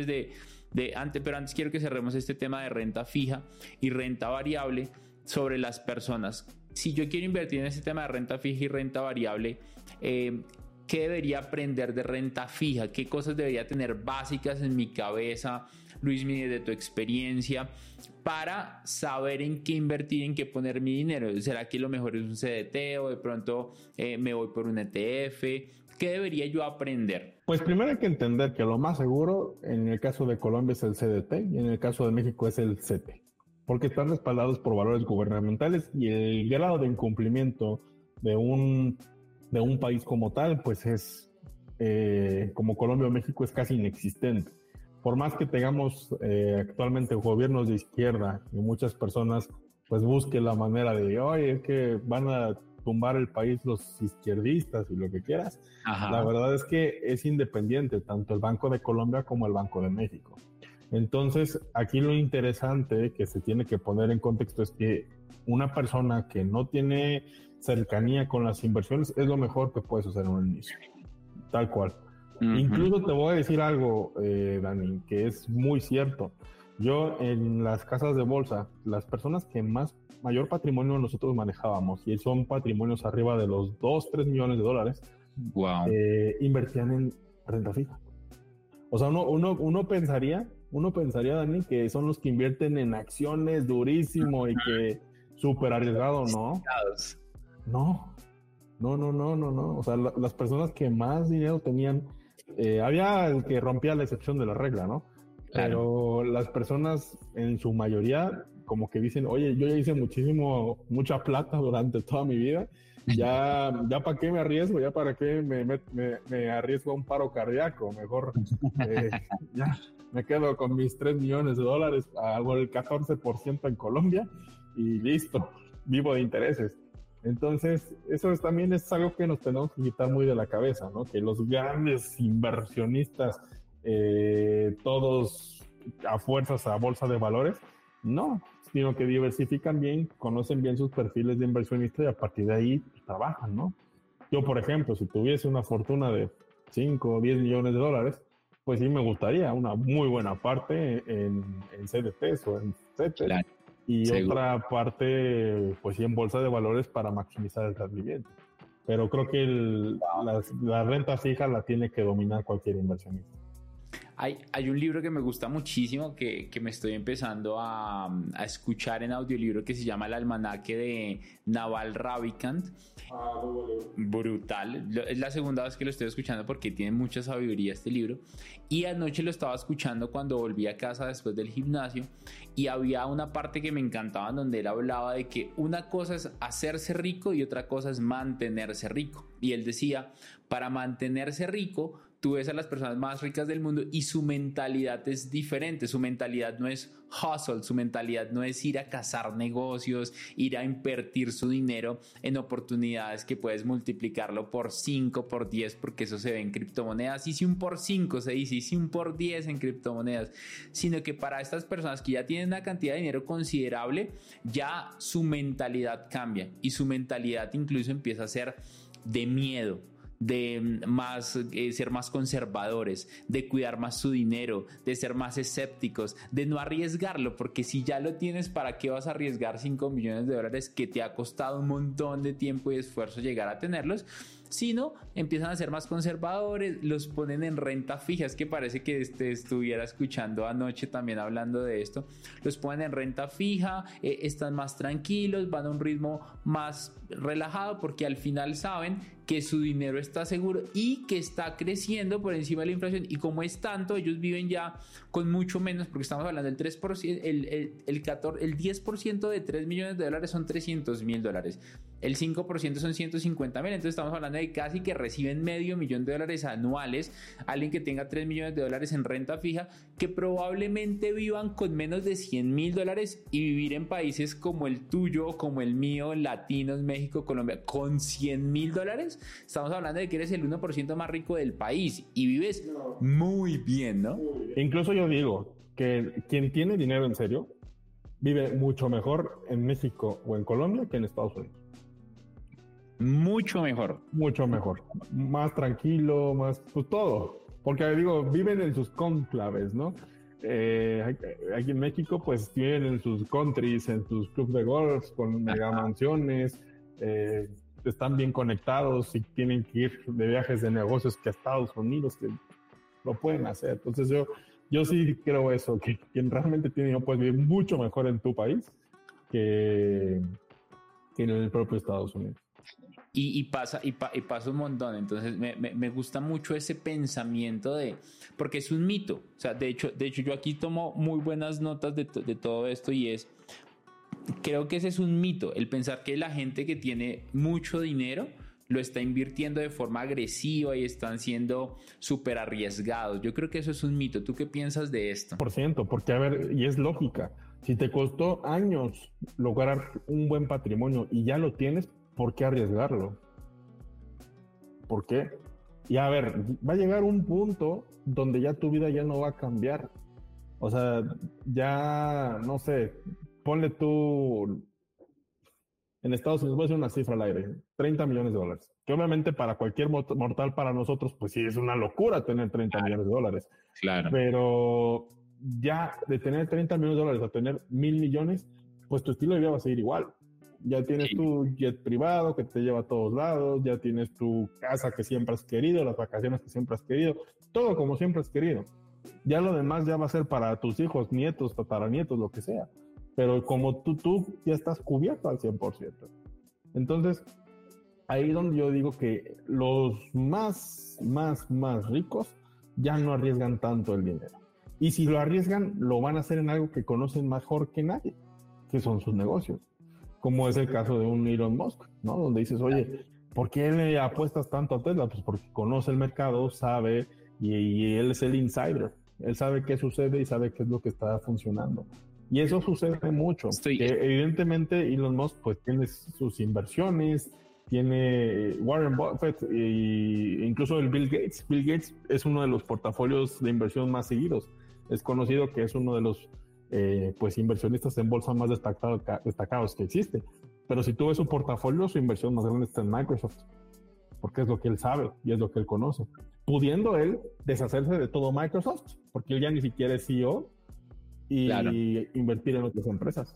pero antes quiero que cerremos este tema de renta fija y renta variable sobre las personas. Si yo quiero invertir en este tema de renta fija y renta variable, ¿qué debería aprender de renta fija? ¿Qué cosas debería tener básicas en mi cabeza, Luis, de tu experiencia, para saber en qué invertir, en qué poner mi dinero? ¿Será que lo mejor es un CDT o de pronto me voy por un ETF? ¿Qué debería yo aprender? Pues primero hay que entender que lo más seguro en el caso de Colombia es el CDT y en el caso de México es el CETE, porque están respaldados por valores gubernamentales y el grado de incumplimiento de un país como tal, pues es, como Colombia o México, es casi inexistente. Por más que tengamos actualmente gobiernos de izquierda y muchas personas pues busquen la manera de, oye, es que van a tumbar el país los izquierdistas y lo que quieras. Ajá. La verdad es que es independiente tanto el Banco de Colombia como el Banco de México. Entonces, aquí lo interesante que se tiene que poner en contexto es que una persona que no tiene cercanía con las inversiones es lo mejor que puedes hacer en un inicio, tal cual. Uh-huh. Incluso te voy a decir algo, Dani, que es muy cierto. Yo en las casas de bolsa, las personas que mayor patrimonio nosotros manejábamos, y son patrimonios arriba de los 2-3 millones de dólares, wow, invertían en renta fija. O sea, uno pensaría, Dani, que son los que invierten en acciones durísimo y que súper arriesgado, ¿no? No. O sea, las personas que más dinero tenían, había el que rompía la excepción de la regla, ¿no? Claro. Pero las personas en su mayoría como que dicen, oye, yo ya hice mucha plata durante toda mi vida, ya para qué me arriesgo, ya para qué me arriesgo a un paro cardíaco, mejor ya me quedo con mis 3 millones de dólares, hago el 14% en Colombia y listo, vivo de intereses. Entonces, eso también es algo que nos tenemos que quitar muy de la cabeza, ¿no? Que los grandes inversionistas, todos a fuerzas a bolsa de valores, no, sino que diversifican bien, conocen bien sus perfiles de inversionista y a partir de ahí trabajan, ¿no? Yo, por ejemplo, si tuviese una fortuna de 5 o 10 millones de dólares, pues sí me gustaría una muy buena parte en CDTs o en CETES. Claro. Y seguro. Otra parte, pues sí, en bolsa de valores para maximizar el rendimiento. Pero creo que la renta fija la tiene que dominar cualquier inversionista. Hay un libro que me gusta muchísimo que me estoy empezando a escuchar en audiolibro que se llama El Almanaque de Naval Ravikant. Brutal. Es la segunda vez que lo estoy escuchando porque tiene mucha sabiduría este libro. Y anoche lo estaba escuchando cuando volví a casa después del gimnasio y había una parte que me encantaba donde él hablaba de que una cosa es hacerse rico y otra cosa es mantenerse rico. Y él decía, para mantenerse rico, tú ves a las personas más ricas del mundo y su mentalidad es diferente. Su mentalidad no es hustle, su mentalidad no es ir a cazar negocios, ir a invertir su dinero en oportunidades que puedes multiplicarlo por 5, por 10, porque eso se ve en criptomonedas. Y si un por 5 se dice, y si un por 10 en criptomonedas, sino que para estas personas que ya tienen una cantidad de dinero considerable, ya su mentalidad cambia y su mentalidad incluso empieza a ser de miedo, de ser más conservadores, de cuidar más su dinero, de ser más escépticos, de no arriesgarlo, porque si ya lo tienes, ¿para qué vas a arriesgar 5 millones de dólares que te ha costado un montón de tiempo y esfuerzo llegar a tenerlos? Sino empiezan a ser más conservadores, los ponen en renta fija. Es que parece que estuviera escuchando anoche también hablando de esto. Los ponen en renta fija, están más tranquilos, van a un ritmo más relajado, porque al final saben que su dinero está seguro y que está creciendo por encima de la inflación. Y como es tanto, ellos viven ya con mucho menos, porque estamos hablando del 3%, el 10% de 3 millones de dólares son $300,000. El 5% son 150,000. Entonces estamos hablando de casi que reciben $500,000 anuales. Alguien que tenga 3 millones de dólares en renta fija, que probablemente vivan con menos de $100,000, y vivir en países como el tuyo, como el mío, latinos, México, Colombia, con $100,000. Estamos hablando de que eres el 1% más rico del país y vives muy bien, ¿no? Incluso yo digo que quien tiene dinero en serio vive mucho mejor en México o en Colombia que en Estados Unidos. Mucho mejor. Mucho mejor. Más tranquilo, más, pues todo. Porque digo, viven en sus cónclaves, ¿no? Aquí en México, pues viven en sus countries, en sus clubs de golf, con mega mansiones, están bien conectados y tienen que ir de viajes de negocios que a Estados Unidos, que lo pueden hacer. Entonces yo sí creo eso, que quien realmente tiene dinero puede vivir mucho mejor en tu país que en el propio Estados Unidos. Y pasa un montón. Entonces me gusta mucho ese pensamiento porque es un mito. O sea, de hecho yo aquí tomo muy buenas notas de todo esto, y creo que ese es un mito, el pensar que la gente que tiene mucho dinero lo está invirtiendo de forma agresiva y están siendo súper arriesgados. Yo creo que eso es un mito. ¿Tú qué piensas de esto? %, porque a ver, y es lógica, si te costó años lograr un buen patrimonio y ya lo tienes, ¿por qué arriesgarlo? ¿Por qué? Y a ver, va a llegar un punto donde ya tu vida ya no va a cambiar. O sea, ya, no sé, ponle tú, en Estados Unidos, voy a decir una cifra al aire, $30 millones. Que obviamente para cualquier mortal, para nosotros, pues sí, es una locura tener $30 millones. Claro. Pero ya de tener $30 millones a tener $1,000 millones, pues tu estilo de vida va a seguir igual. Ya tienes tu jet privado que te lleva a todos lados, ya tienes tu casa que siempre has querido, las vacaciones que siempre has querido, todo como siempre has querido. Ya lo demás ya va a ser para tus hijos, nietos, tataranietos, lo que sea. Pero como tú ya estás cubierto al 100%. Entonces, ahí es donde yo digo que los más ricos ya no arriesgan tanto el dinero. Y si lo arriesgan, lo van a hacer en algo que conocen mejor que nadie, que son sus negocios. Como es el caso de un Elon Musk, ¿no? Donde dices, oye, ¿por qué le apuestas tanto a Tesla? Pues porque conoce el mercado, sabe, y él es el insider. Él sabe qué sucede y sabe qué es lo que está funcionando. Y eso sucede mucho. Que evidentemente Elon Musk pues tiene sus inversiones, tiene Warren Buffett e incluso el Bill Gates. Bill Gates es uno de los portafolios de inversión más seguidos. Es conocido que es uno de los pues inversionistas en bolsa más destacados que existe. Pero si tú ves su portafolio, su inversión más grande está en Microsoft, porque es lo que él sabe y es lo que él conoce. Pudiendo él deshacerse de todo Microsoft, porque él ya ni siquiera es CEO, y invertir en otras empresas.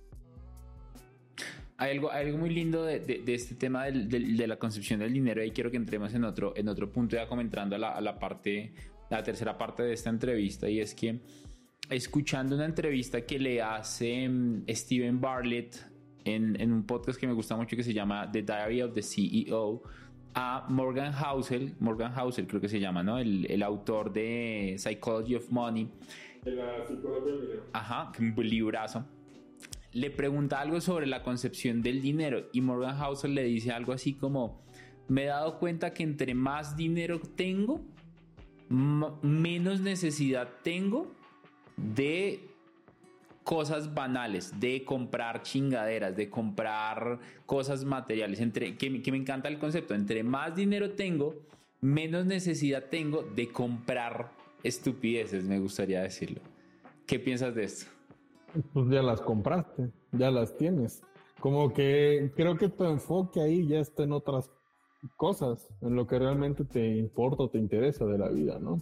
Hay algo muy lindo de este tema de la concepción del dinero, y quiero que entremos en otro punto, ya comentando a la tercera parte de esta entrevista, y es que escuchando una entrevista que le hace Steven Bartlett en un podcast que me gusta mucho que se llama The Diary of the CEO, a Morgan Housel creo que se llama, ¿no? El autor de Psychology of Money. De la psicología del dinero. Ajá, un librazo. Le pregunta algo sobre la concepción del dinero y Morgan Housel le dice algo así como: me he dado cuenta que entre más dinero tengo, menos necesidad tengo de cosas banales, de comprar chingaderas, de comprar cosas materiales, que me encanta el concepto, entre más dinero tengo, menos necesidad tengo de comprar estupideces, me gustaría decirlo. ¿Qué piensas de esto? Pues ya las compraste, ya las tienes. Como que creo que tu enfoque ahí ya está en otras cosas, en lo que realmente te importa o te interesa de la vida, ¿no?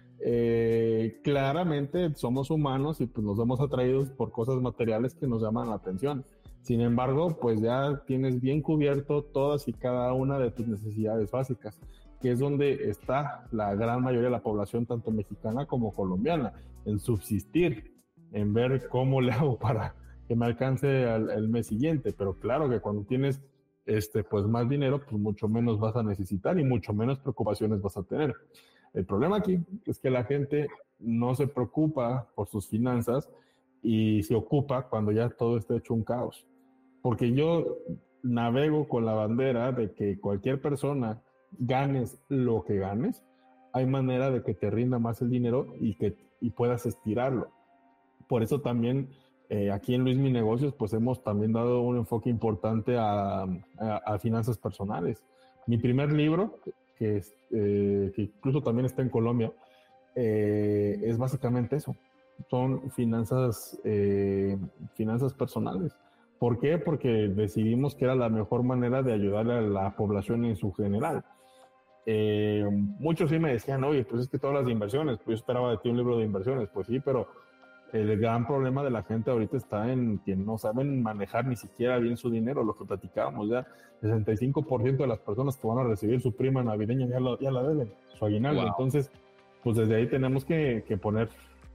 Claramente somos humanos y pues nos vemos atraídos por cosas materiales que nos llaman la atención. Sin embargo, pues ya tienes bien cubierto todas y cada una de tus necesidades básicas, que es donde está la gran mayoría de la población, tanto mexicana como colombiana, en subsistir, en ver cómo le hago para que me alcance el mes siguiente. Pero claro que cuando tienes pues más dinero, pues mucho menos vas a necesitar y mucho menos preocupaciones vas a tener. El problema aquí es que la gente no se preocupa por sus finanzas y se ocupa cuando ya todo está hecho un caos. Porque yo navego con la bandera de que cualquier persona, ganes lo que ganes, hay manera de que te rinda más el dinero y puedas estirarlo. Por eso también aquí en Luis Mi Negocios pues hemos también dado un enfoque importante a finanzas personales. Mi primer libro, que incluso también está en Colombia, es básicamente eso. Son finanzas personales. ¿Por qué? Porque decidimos que era la mejor manera de ayudar a la población en su general. Muchos sí me decían, oye, pues es que todas las inversiones, pues yo esperaba de ti un libro de inversiones. Pues sí, pero el gran problema de la gente ahorita está en que no saben manejar ni siquiera bien su dinero, lo que platicábamos ya. 65% de las personas que van a recibir su prima navideña ya la deben, su aguinaldo. Wow. Entonces, pues desde ahí tenemos que poner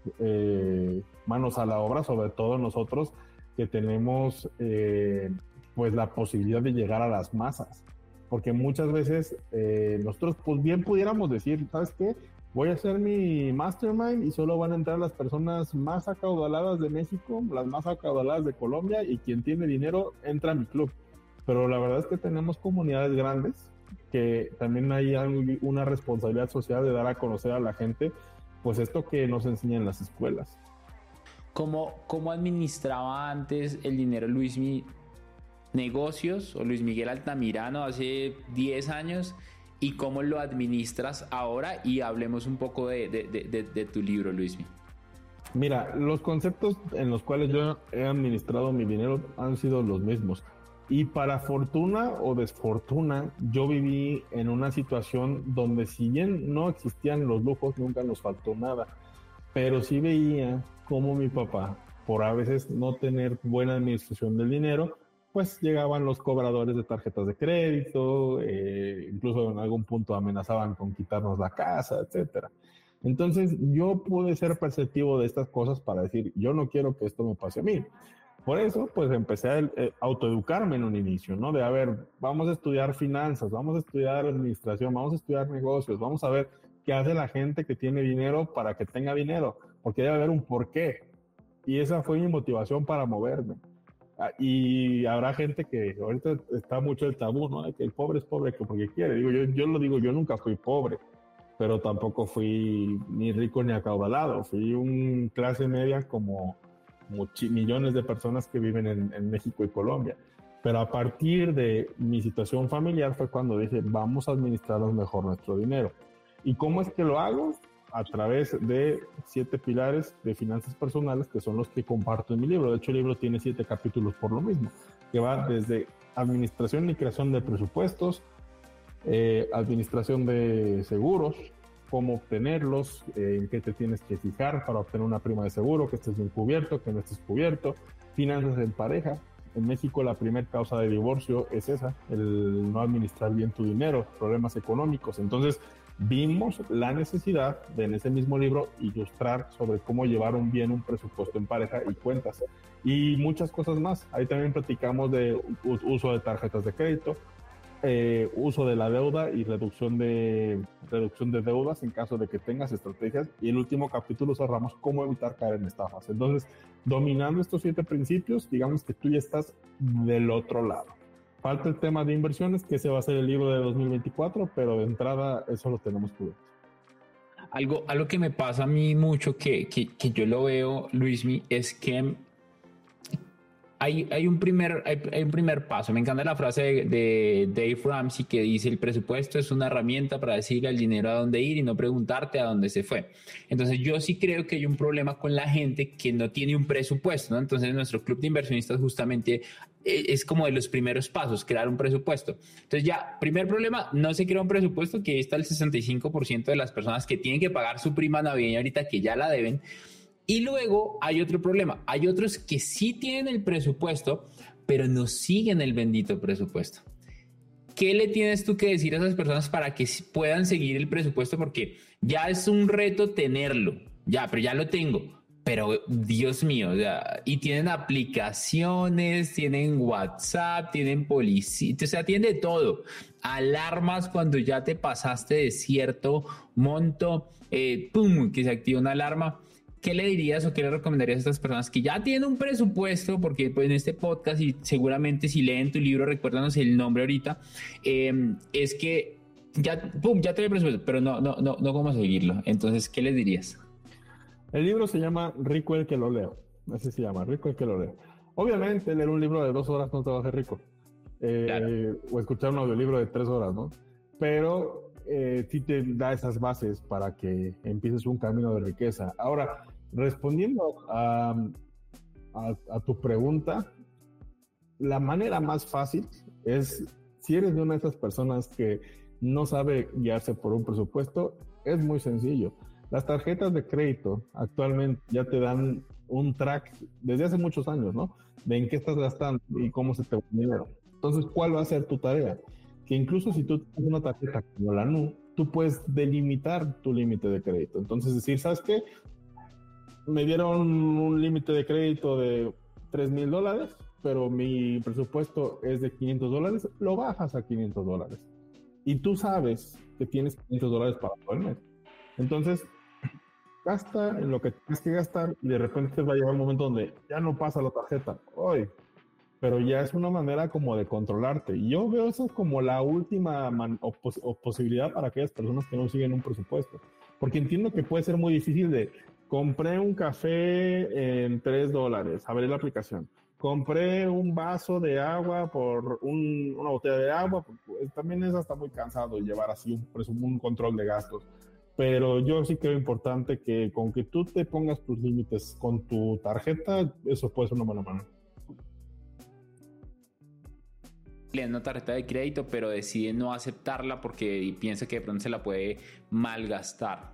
manos a la obra, sobre todo nosotros que tenemos pues la posibilidad de llegar a las masas. Porque muchas veces nosotros pues bien pudiéramos decir, ¿sabes qué? Voy a hacer mi mastermind y solo van a entrar las personas más acaudaladas de México, las más acaudaladas de Colombia, y quien tiene dinero entra a mi club. Pero la verdad es que tenemos comunidades grandes que también hay una responsabilidad social de dar a conocer a la gente pues esto que nos enseñan en las escuelas. ¿Cómo administraba antes el dinero Luis Mi Negocios o Luis Miguel Altamirano hace 10 años? ¿Y cómo lo administras ahora? Y hablemos un poco de tu libro, Luismi. Mira, los conceptos en los cuales yo he administrado mi dinero han sido los mismos. Y para fortuna o desfortuna, yo viví en una situación donde si bien no existían los lujos, nunca nos faltó nada. Pero sí veía cómo mi papá, por a veces no tener buena administración del dinero, pues llegaban los cobradores de tarjetas de crédito, incluso en algún punto amenazaban con quitarnos la casa, etcétera. Entonces yo pude ser perceptivo de estas cosas para decir, yo no quiero que esto me pase a mí. Por eso, pues empecé a autoeducarme en un inicio, ¿no? De, a ver, vamos a estudiar finanzas, vamos a estudiar administración, vamos a estudiar negocios, vamos a ver qué hace la gente que tiene dinero para que tenga dinero, porque debe haber un porqué. Y esa fue mi motivación para moverme. Y habrá gente que ahorita está mucho el tabú, ¿no? De que el pobre es pobre porque quiere. Yo lo digo, yo nunca fui pobre, pero tampoco fui ni rico ni acaudalado. Fui un clase media como millones de personas que viven en México y Colombia. Pero a partir de mi situación familiar fue cuando dije, vamos a administrarnos mejor nuestro dinero. ¿Y cómo es que lo hago? A través de 7 pilares de finanzas personales, que son los que comparto en mi libro. De hecho, el libro tiene 7 capítulos por lo mismo, que va desde administración y creación de presupuestos, administración de seguros, cómo obtenerlos, en qué te tienes que fijar para obtener una prima de seguro, que estés bien cubierto, que no estés cubierto, finanzas en pareja. En México la primera causa de divorcio es esa, el no administrar bien tu dinero, problemas económicos. Entonces, vimos la necesidad de en ese mismo libro ilustrar sobre cómo llevar bien un presupuesto en pareja y cuentas y muchas cosas más. Ahí también platicamos de uso de tarjetas de crédito, uso de la deuda y reducción de deudas en caso de que tengas estrategias, y el último capítulo cerramos cómo evitar caer en estafas. Entonces, dominando estos 7 principios, digamos que tú ya estás del otro lado. Falta el tema de inversiones, que ese va a ser el libro de 2024, pero de entrada eso lo tenemos cubierto. Algo que me pasa a mí mucho, que yo lo veo, Luismi, es que hay un primer paso. Me encanta la frase de Dave Ramsey que dice: el presupuesto es una herramienta para decirle al dinero a dónde ir y no preguntarte a dónde se fue. Entonces yo sí creo que hay un problema con la gente que no tiene un presupuesto, ¿no? Entonces nuestro club de inversionistas justamente es como de los primeros pasos, crear un presupuesto. Entonces ya, primer problema, no se crea un presupuesto, que ahí está el 65% de las personas que tienen que pagar su prima navideña ahorita, que ya la deben. Y luego hay otro problema, hay otros que sí tienen el presupuesto, pero no siguen el bendito presupuesto. ¿Qué le tienes tú que decir a esas personas para que puedan seguir el presupuesto? Porque ya es un reto tenerlo, pero ya lo tengo. Pero Dios mío, o sea, y tienen aplicaciones, tienen WhatsApp, tienen policía, o sea, tienen de todo. Alarmas cuando ya te pasaste de cierto monto, ¡pum!, que se activa una alarma. ¿Qué le dirías o qué le recomendarías a estas personas que ya tienen un presupuesto? Porque pues, en este podcast, y seguramente si leen tu libro, recuérdanos el nombre ahorita, es que ya tiene presupuesto, pero no cómo seguirlo. Entonces, ¿qué les dirías? El libro se llama Rico el que lo leo. Así se llama, Rico el que lo leo. Obviamente, leer un libro de 2 horas no te va a hacer rico. Claro. O escuchar un audiolibro de 3 horas, ¿no? Pero sí te da esas bases para que empieces un camino de riqueza. Ahora, respondiendo a tu pregunta, la manera más fácil es, si eres de una de esas personas que no sabe guiarse por un presupuesto, es muy sencillo. Las tarjetas de crédito actualmente ya te dan un track desde hace muchos años, ¿no? De en qué estás gastando y cómo se te va el dinero. Entonces, ¿cuál va a ser tu tarea? Que incluso si tú tienes una tarjeta como la NU, tú puedes delimitar tu límite de crédito. Entonces, decir, ¿sabes qué? Me dieron un límite de crédito de $3,000, pero mi presupuesto es de $500, lo bajas a $500. Y tú sabes que tienes $500 para todo el mes. Entonces, gasta en lo que tienes que gastar y de repente va a llegar un momento donde ya no pasa la tarjeta. Hoy, pero ya es una manera como de controlarte. Y yo veo eso como la última posibilidad para aquellas personas que no siguen un presupuesto. Porque entiendo que puede ser muy difícil de, compré un café en $3, abrí la aplicación. Compré un vaso de agua por una botella de agua. Pues, también es hasta muy cansado llevar así un control de gastos. Pero yo sí creo importante que con que tú te pongas tus límites con tu tarjeta, eso puede ser una buena manera. Le dan una tarjeta de crédito, pero decide no aceptarla porque piensa que de pronto se la puede malgastar.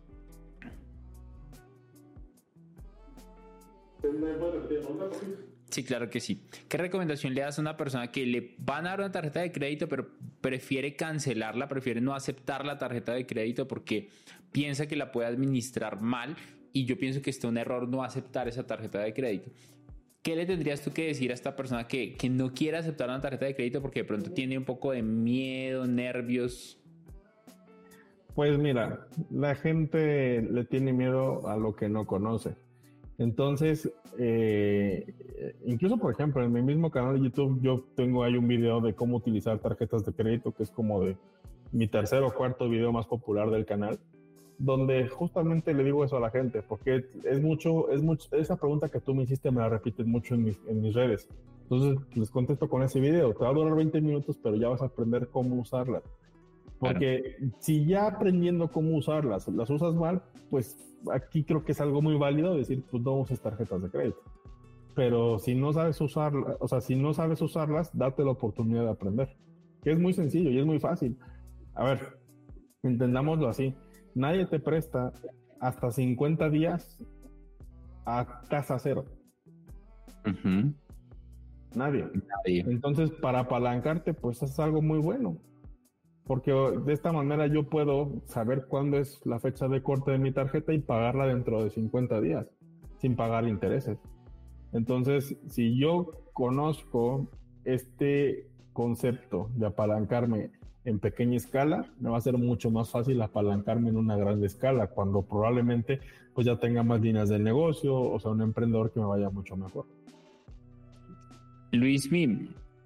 Sí, claro que sí. ¿Qué recomendación le das a una persona que le van a dar una tarjeta de crédito, pero prefiere cancelarla, prefiere no aceptar la tarjeta de crédito porque piensa que la puede administrar mal? Y yo pienso que está un error no aceptar esa tarjeta de crédito. ¿Qué le tendrías tú que decir a esta persona que no quiere aceptar una tarjeta de crédito porque de pronto tiene un poco de miedo, nervios? Pues mira, la gente le tiene miedo a lo que no conoce. Entonces, incluso por ejemplo, en mi mismo canal de YouTube yo tengo ahí un video de cómo utilizar tarjetas de crédito, que es como de mi tercer o cuarto video más popular del canal, donde justamente le digo eso a la gente, porque es mucho, esa pregunta que tú me hiciste me la repites mucho en mis redes. Entonces les contesto con ese video. Te va a durar 20 minutos, pero ya vas a aprender cómo usarlas. Porque si ya aprendiendo cómo usarlas, las usas mal, pues aquí creo que es algo muy válido decir, pues no uses tarjetas de crédito. Pero si no sabes usarlas, si no sabes usarlas, date la oportunidad de aprender. Que es muy sencillo y es muy fácil. A ver, entendámoslo así. Nadie te presta hasta 50 días a tasa cero. Uh-huh. Nadie. Entonces, para apalancarte, pues es algo muy bueno. Porque de esta manera yo puedo saber cuándo es la fecha de corte de mi tarjeta y pagarla dentro de 50 días, sin pagar intereses. Entonces, si yo conozco este concepto de apalancarme en pequeña escala, me va a ser mucho más fácil apalancarme en una gran escala, cuando probablemente pues ya tenga más líneas de negocio, o sea, un emprendedor que me vaya mucho mejor. Luismi,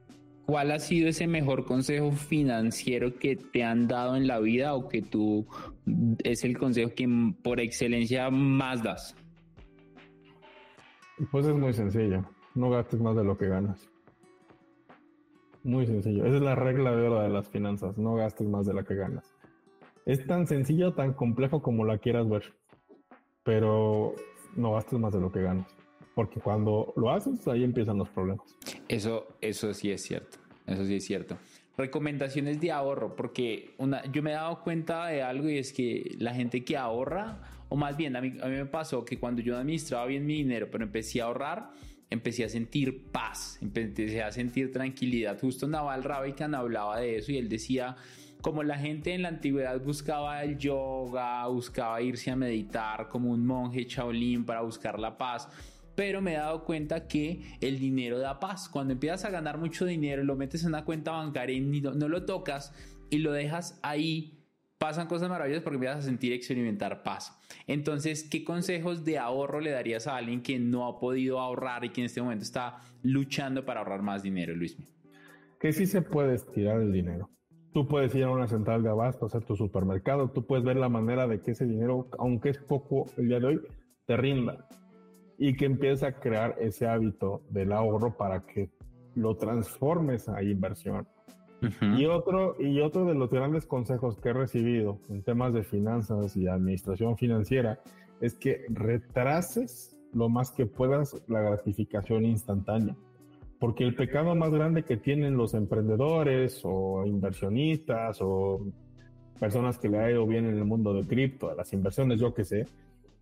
¿cuál ha sido ese mejor consejo financiero que te han dado en la vida o que tú es el consejo que por excelencia más das? Pues es muy sencillo, no gastes más de lo que ganas. Muy sencillo, esa es la regla de oro de las finanzas, no gastes más de lo que ganas. Es tan sencillo, tan complejo como la quieras ver, pero no gastes más de lo que ganas, porque cuando lo haces, ahí empiezan los problemas. Eso sí es cierto, eso sí es cierto. Recomendaciones de ahorro, porque yo me he dado cuenta de algo y es que la gente que ahorra, o más bien a mí me pasó que cuando yo administraba bien mi dinero, pero empecé a ahorrar, empecé a sentir paz, empecé a sentir tranquilidad. Justo Naval Ravikant hablaba de eso y él decía, como la gente en la antigüedad buscaba el yoga, buscaba irse a meditar como un monje Shaolin para buscar la paz, pero me he dado cuenta que el dinero da paz. Cuando empiezas a ganar mucho dinero, lo metes en una cuenta bancaria y no lo tocas y lo dejas ahí, pasan cosas maravillosas porque empiezas a sentir y experimentar paz. Entonces, ¿qué consejos de ahorro le darías a alguien que no ha podido ahorrar y que en este momento está luchando para ahorrar más dinero, Luismi? Que sí se puede estirar el dinero. Tú puedes ir a una central de abasto, hacer tu supermercado, tú puedes ver la manera de que ese dinero, aunque es poco el día de hoy, te rinda y que empieces a crear ese hábito del ahorro para que lo transformes a inversión. Uh-huh. Y otro de los grandes consejos que he recibido en temas de finanzas y administración financiera es que retrases lo más que puedas la gratificación instantánea. Porque el pecado más grande que tienen los emprendedores o inversionistas o personas que le ha ido bien en el mundo de cripto, de las inversiones, yo qué sé,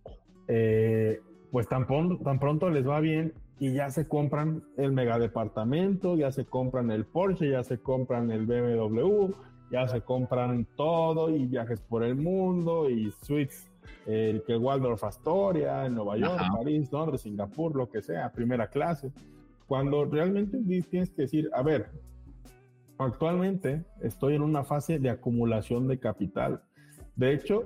pues tan pronto les va bien y ya se compran el megadepartamento, ya se compran el Porsche, ya se compran el BMW, ya se compran todo y viajes por el mundo y suites, el Waldorf Astoria, en Nueva York, París, Londres, Singapur, lo que sea, primera clase. Cuando realmente tienes que decir, a ver, actualmente estoy en una fase de acumulación de capital. De hecho,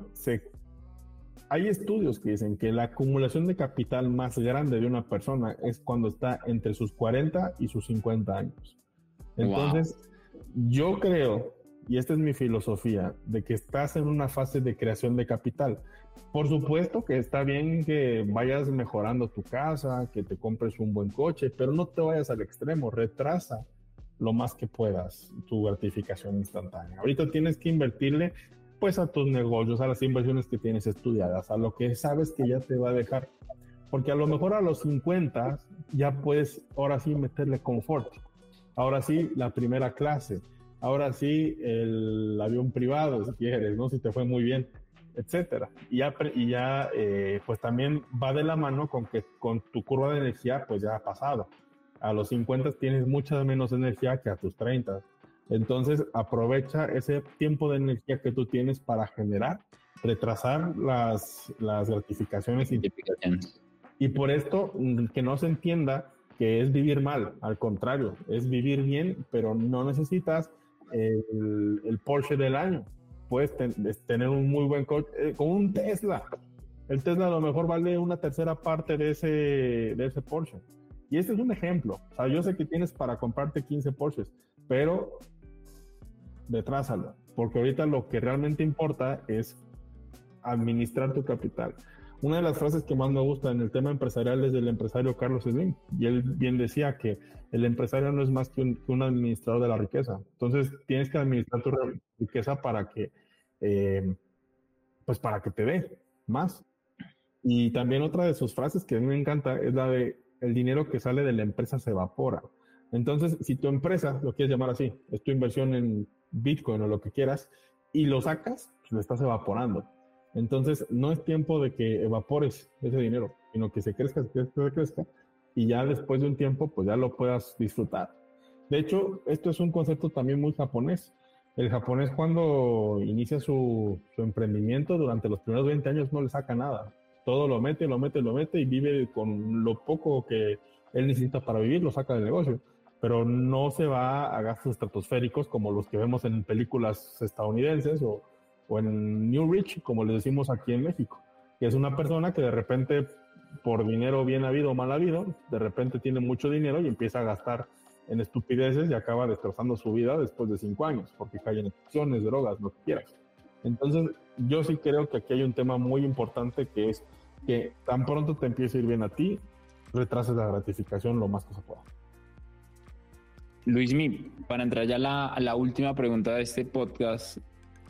hay estudios que dicen que la acumulación de capital más grande de una persona es cuando está entre sus 40 y sus 50 años. Entonces, yo creo, y esta es mi filosofía, de que estás en una fase de creación de capital. Por supuesto que está bien que vayas mejorando tu casa, que te compres un buen coche, pero no te vayas al extremo, retrasa lo más que puedas tu gratificación instantánea. Ahorita tienes que invertirle pues a tus negocios, a las inversiones que tienes estudiadas, a lo que sabes que ya te va a dejar. Porque a lo mejor a los 50 ya puedes ahora sí meterle confort. Ahora sí la primera clase, ahora sí el avión privado si quieres, ¿no? Si te fue muy bien, etcétera. Y ya pues también va de la mano con que con tu curva de energía pues ya ha pasado. A los 50 tienes mucha menos energía que a tus 30. Entonces aprovecha ese tiempo de energía que tú tienes para generar, retrasar las gratificaciones. Y por esto que no se entienda que es vivir mal, al contrario, es vivir bien, pero no necesitas el Porsche del año. Puedes tener un muy buen coche, con un Tesla. El Tesla a lo mejor vale una tercera parte de ese Porsche. Y este es un ejemplo. O sea, yo sé que tienes para comprarte 15 Porsches, pero retrásalo, porque ahorita lo que realmente importa es administrar tu capital. Una de las frases que más me gusta en el tema empresarial es del empresario Carlos Slim, y él bien decía que el empresario no es más que un administrador de la riqueza. Entonces tienes que administrar tu riqueza para que pues para que te dé más. Y también otra de sus frases que a mí me encanta es la de el dinero que sale de la empresa se evapora. Entonces, si tu empresa, lo quieres llamar así, es tu inversión en Bitcoin o lo que quieras, y lo sacas, pues lo estás evaporando. Entonces, no es tiempo de que evapores ese dinero, sino que se crezca, y ya después de un tiempo, pues ya lo puedas disfrutar. De hecho, esto es un concepto también muy japonés. El japonés cuando inicia su emprendimiento, durante los primeros 20 años no le saca nada. Todo lo mete y vive con lo poco que él necesita para vivir, lo saca del negocio. Pero no se va a gastos estratosféricos como los que vemos en películas estadounidenses o en New Rich, como les decimos aquí en México, que es una persona que de repente, por dinero bien habido o mal habido, de repente tiene mucho dinero y empieza a gastar en estupideces y acaba destrozando su vida después de 5 años, porque cae en adicciones, drogas, lo que quieras. Entonces, yo sí creo que aquí hay un tema muy importante, que es que tan pronto te empiece a ir bien a ti, retrases la gratificación lo más que se pueda. Luismi, para entrar ya a la última pregunta de este podcast,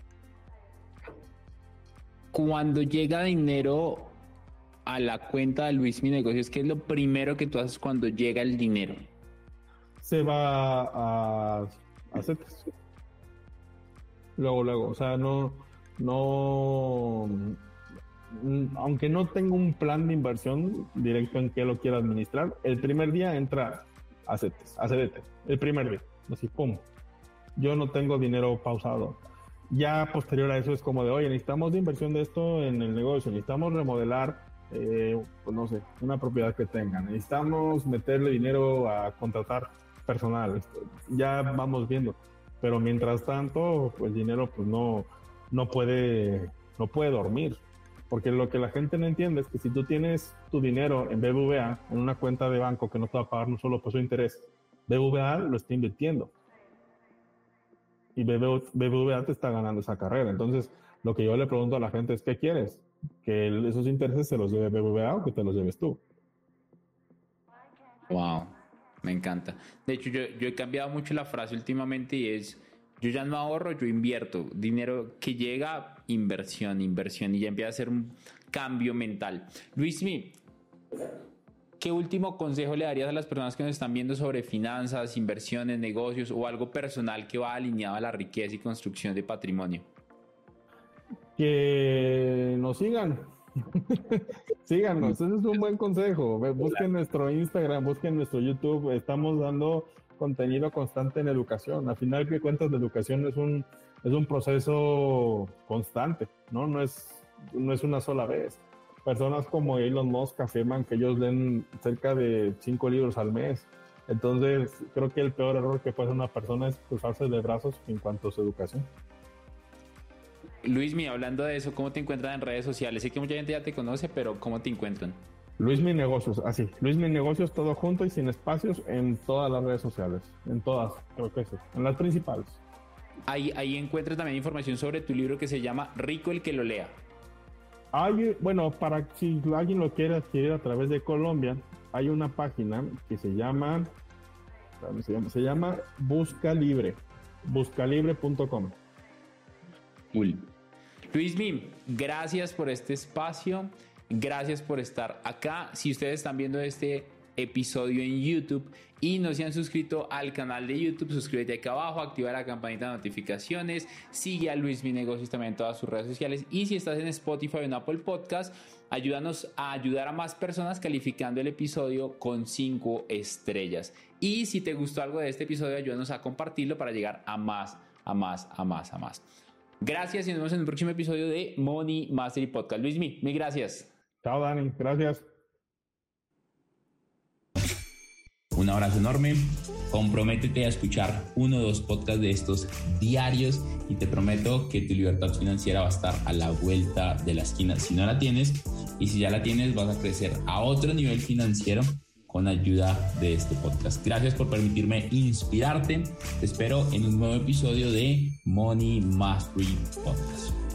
cuando llega dinero a la cuenta de Luismi Negocios, ¿qué es lo primero que tú haces cuando llega el dinero? Se va a CETES. Luego, o sea, no, aunque no tengo un plan de inversión directo en qué lo quiero administrar, el primer día entra a CDT, el primer día, así, pum. Yo no tengo dinero pausado. Ya posterior a eso es como de, oye, necesitamos de inversión de esto en el negocio, necesitamos remodelar, pues no sé, una propiedad que tengan, necesitamos meterle dinero a contratar personal, ya vamos viendo. Pero mientras tanto, pues el dinero pues no puede dormir, porque lo que la gente no entiende es que si tú tienes tu dinero en BBVA, en una cuenta de banco que no te va a pagar un solo peso de interés, BBVA lo está invirtiendo y BBVA te está ganando esa carrera. Entonces, lo que yo le pregunto a la gente es, ¿qué quieres? ¿Que esos intereses se los lleve BBVA o que te los lleves tú? Wow, me encanta. De hecho, yo he cambiado mucho la frase últimamente y es, yo ya no ahorro, yo invierto. Dinero que llega, inversión, y ya empieza a ser un cambio mental. Luismi, ¿qué último consejo le darías a las personas que nos están viendo sobre finanzas, inversiones, negocios o algo personal que va alineado a la riqueza y construcción de patrimonio? Que nos sigan. Síganos, ese es un buen consejo. Busquen nuestro Instagram, busquen nuestro YouTube. Estamos dando contenido constante en educación. Al final de cuentas, la educación es un proceso constante, no es una sola vez. Personas como Elon Musk afirman que ellos leen cerca de 5 libros al mes. Entonces, creo que el peor error que puede hacer una persona es cruzarse de brazos en cuanto a su educación. Luismi, hablando de eso, ¿cómo te encuentran en redes sociales? Sé que mucha gente ya te conoce, pero ¿cómo te encuentran? Luismi Negocios, así. Luismi Negocios, todo junto y sin espacios en todas las redes sociales. En todas, creo que sí. En las principales. Ahí encuentras también información sobre tu libro que se llama Rico el que lo lea. Bueno, para si alguien lo quiere adquirir a través de Colombia, hay una página que se llama Buscalibre, buscalibre.com. Cool. Luismi, gracias por este espacio, gracias por estar acá. Si ustedes están viendo este episodio en YouTube y no se han suscrito al canal de YouTube, suscríbete acá abajo, activa la campanita de notificaciones, sigue a Luismi Negocios también en todas sus redes sociales, y si estás en Spotify o en Apple Podcast, ayúdanos a ayudar a más personas calificando el episodio con 5 estrellas. Y si te gustó algo de este episodio, ayúdanos a compartirlo para llegar a más. Gracias y nos vemos en el próximo episodio de Money Mastery Podcast. Luismi, mil gracias. Chao, Dani, gracias. Un abrazo enorme, comprométete a escuchar 1 o 2 podcasts de estos diarios y te prometo que tu libertad financiera va a estar a la vuelta de la esquina si no la tienes, y si ya la tienes vas a crecer a otro nivel financiero con ayuda de este podcast. Gracias por permitirme inspirarte, te espero en un nuevo episodio de Money Mastery Podcast.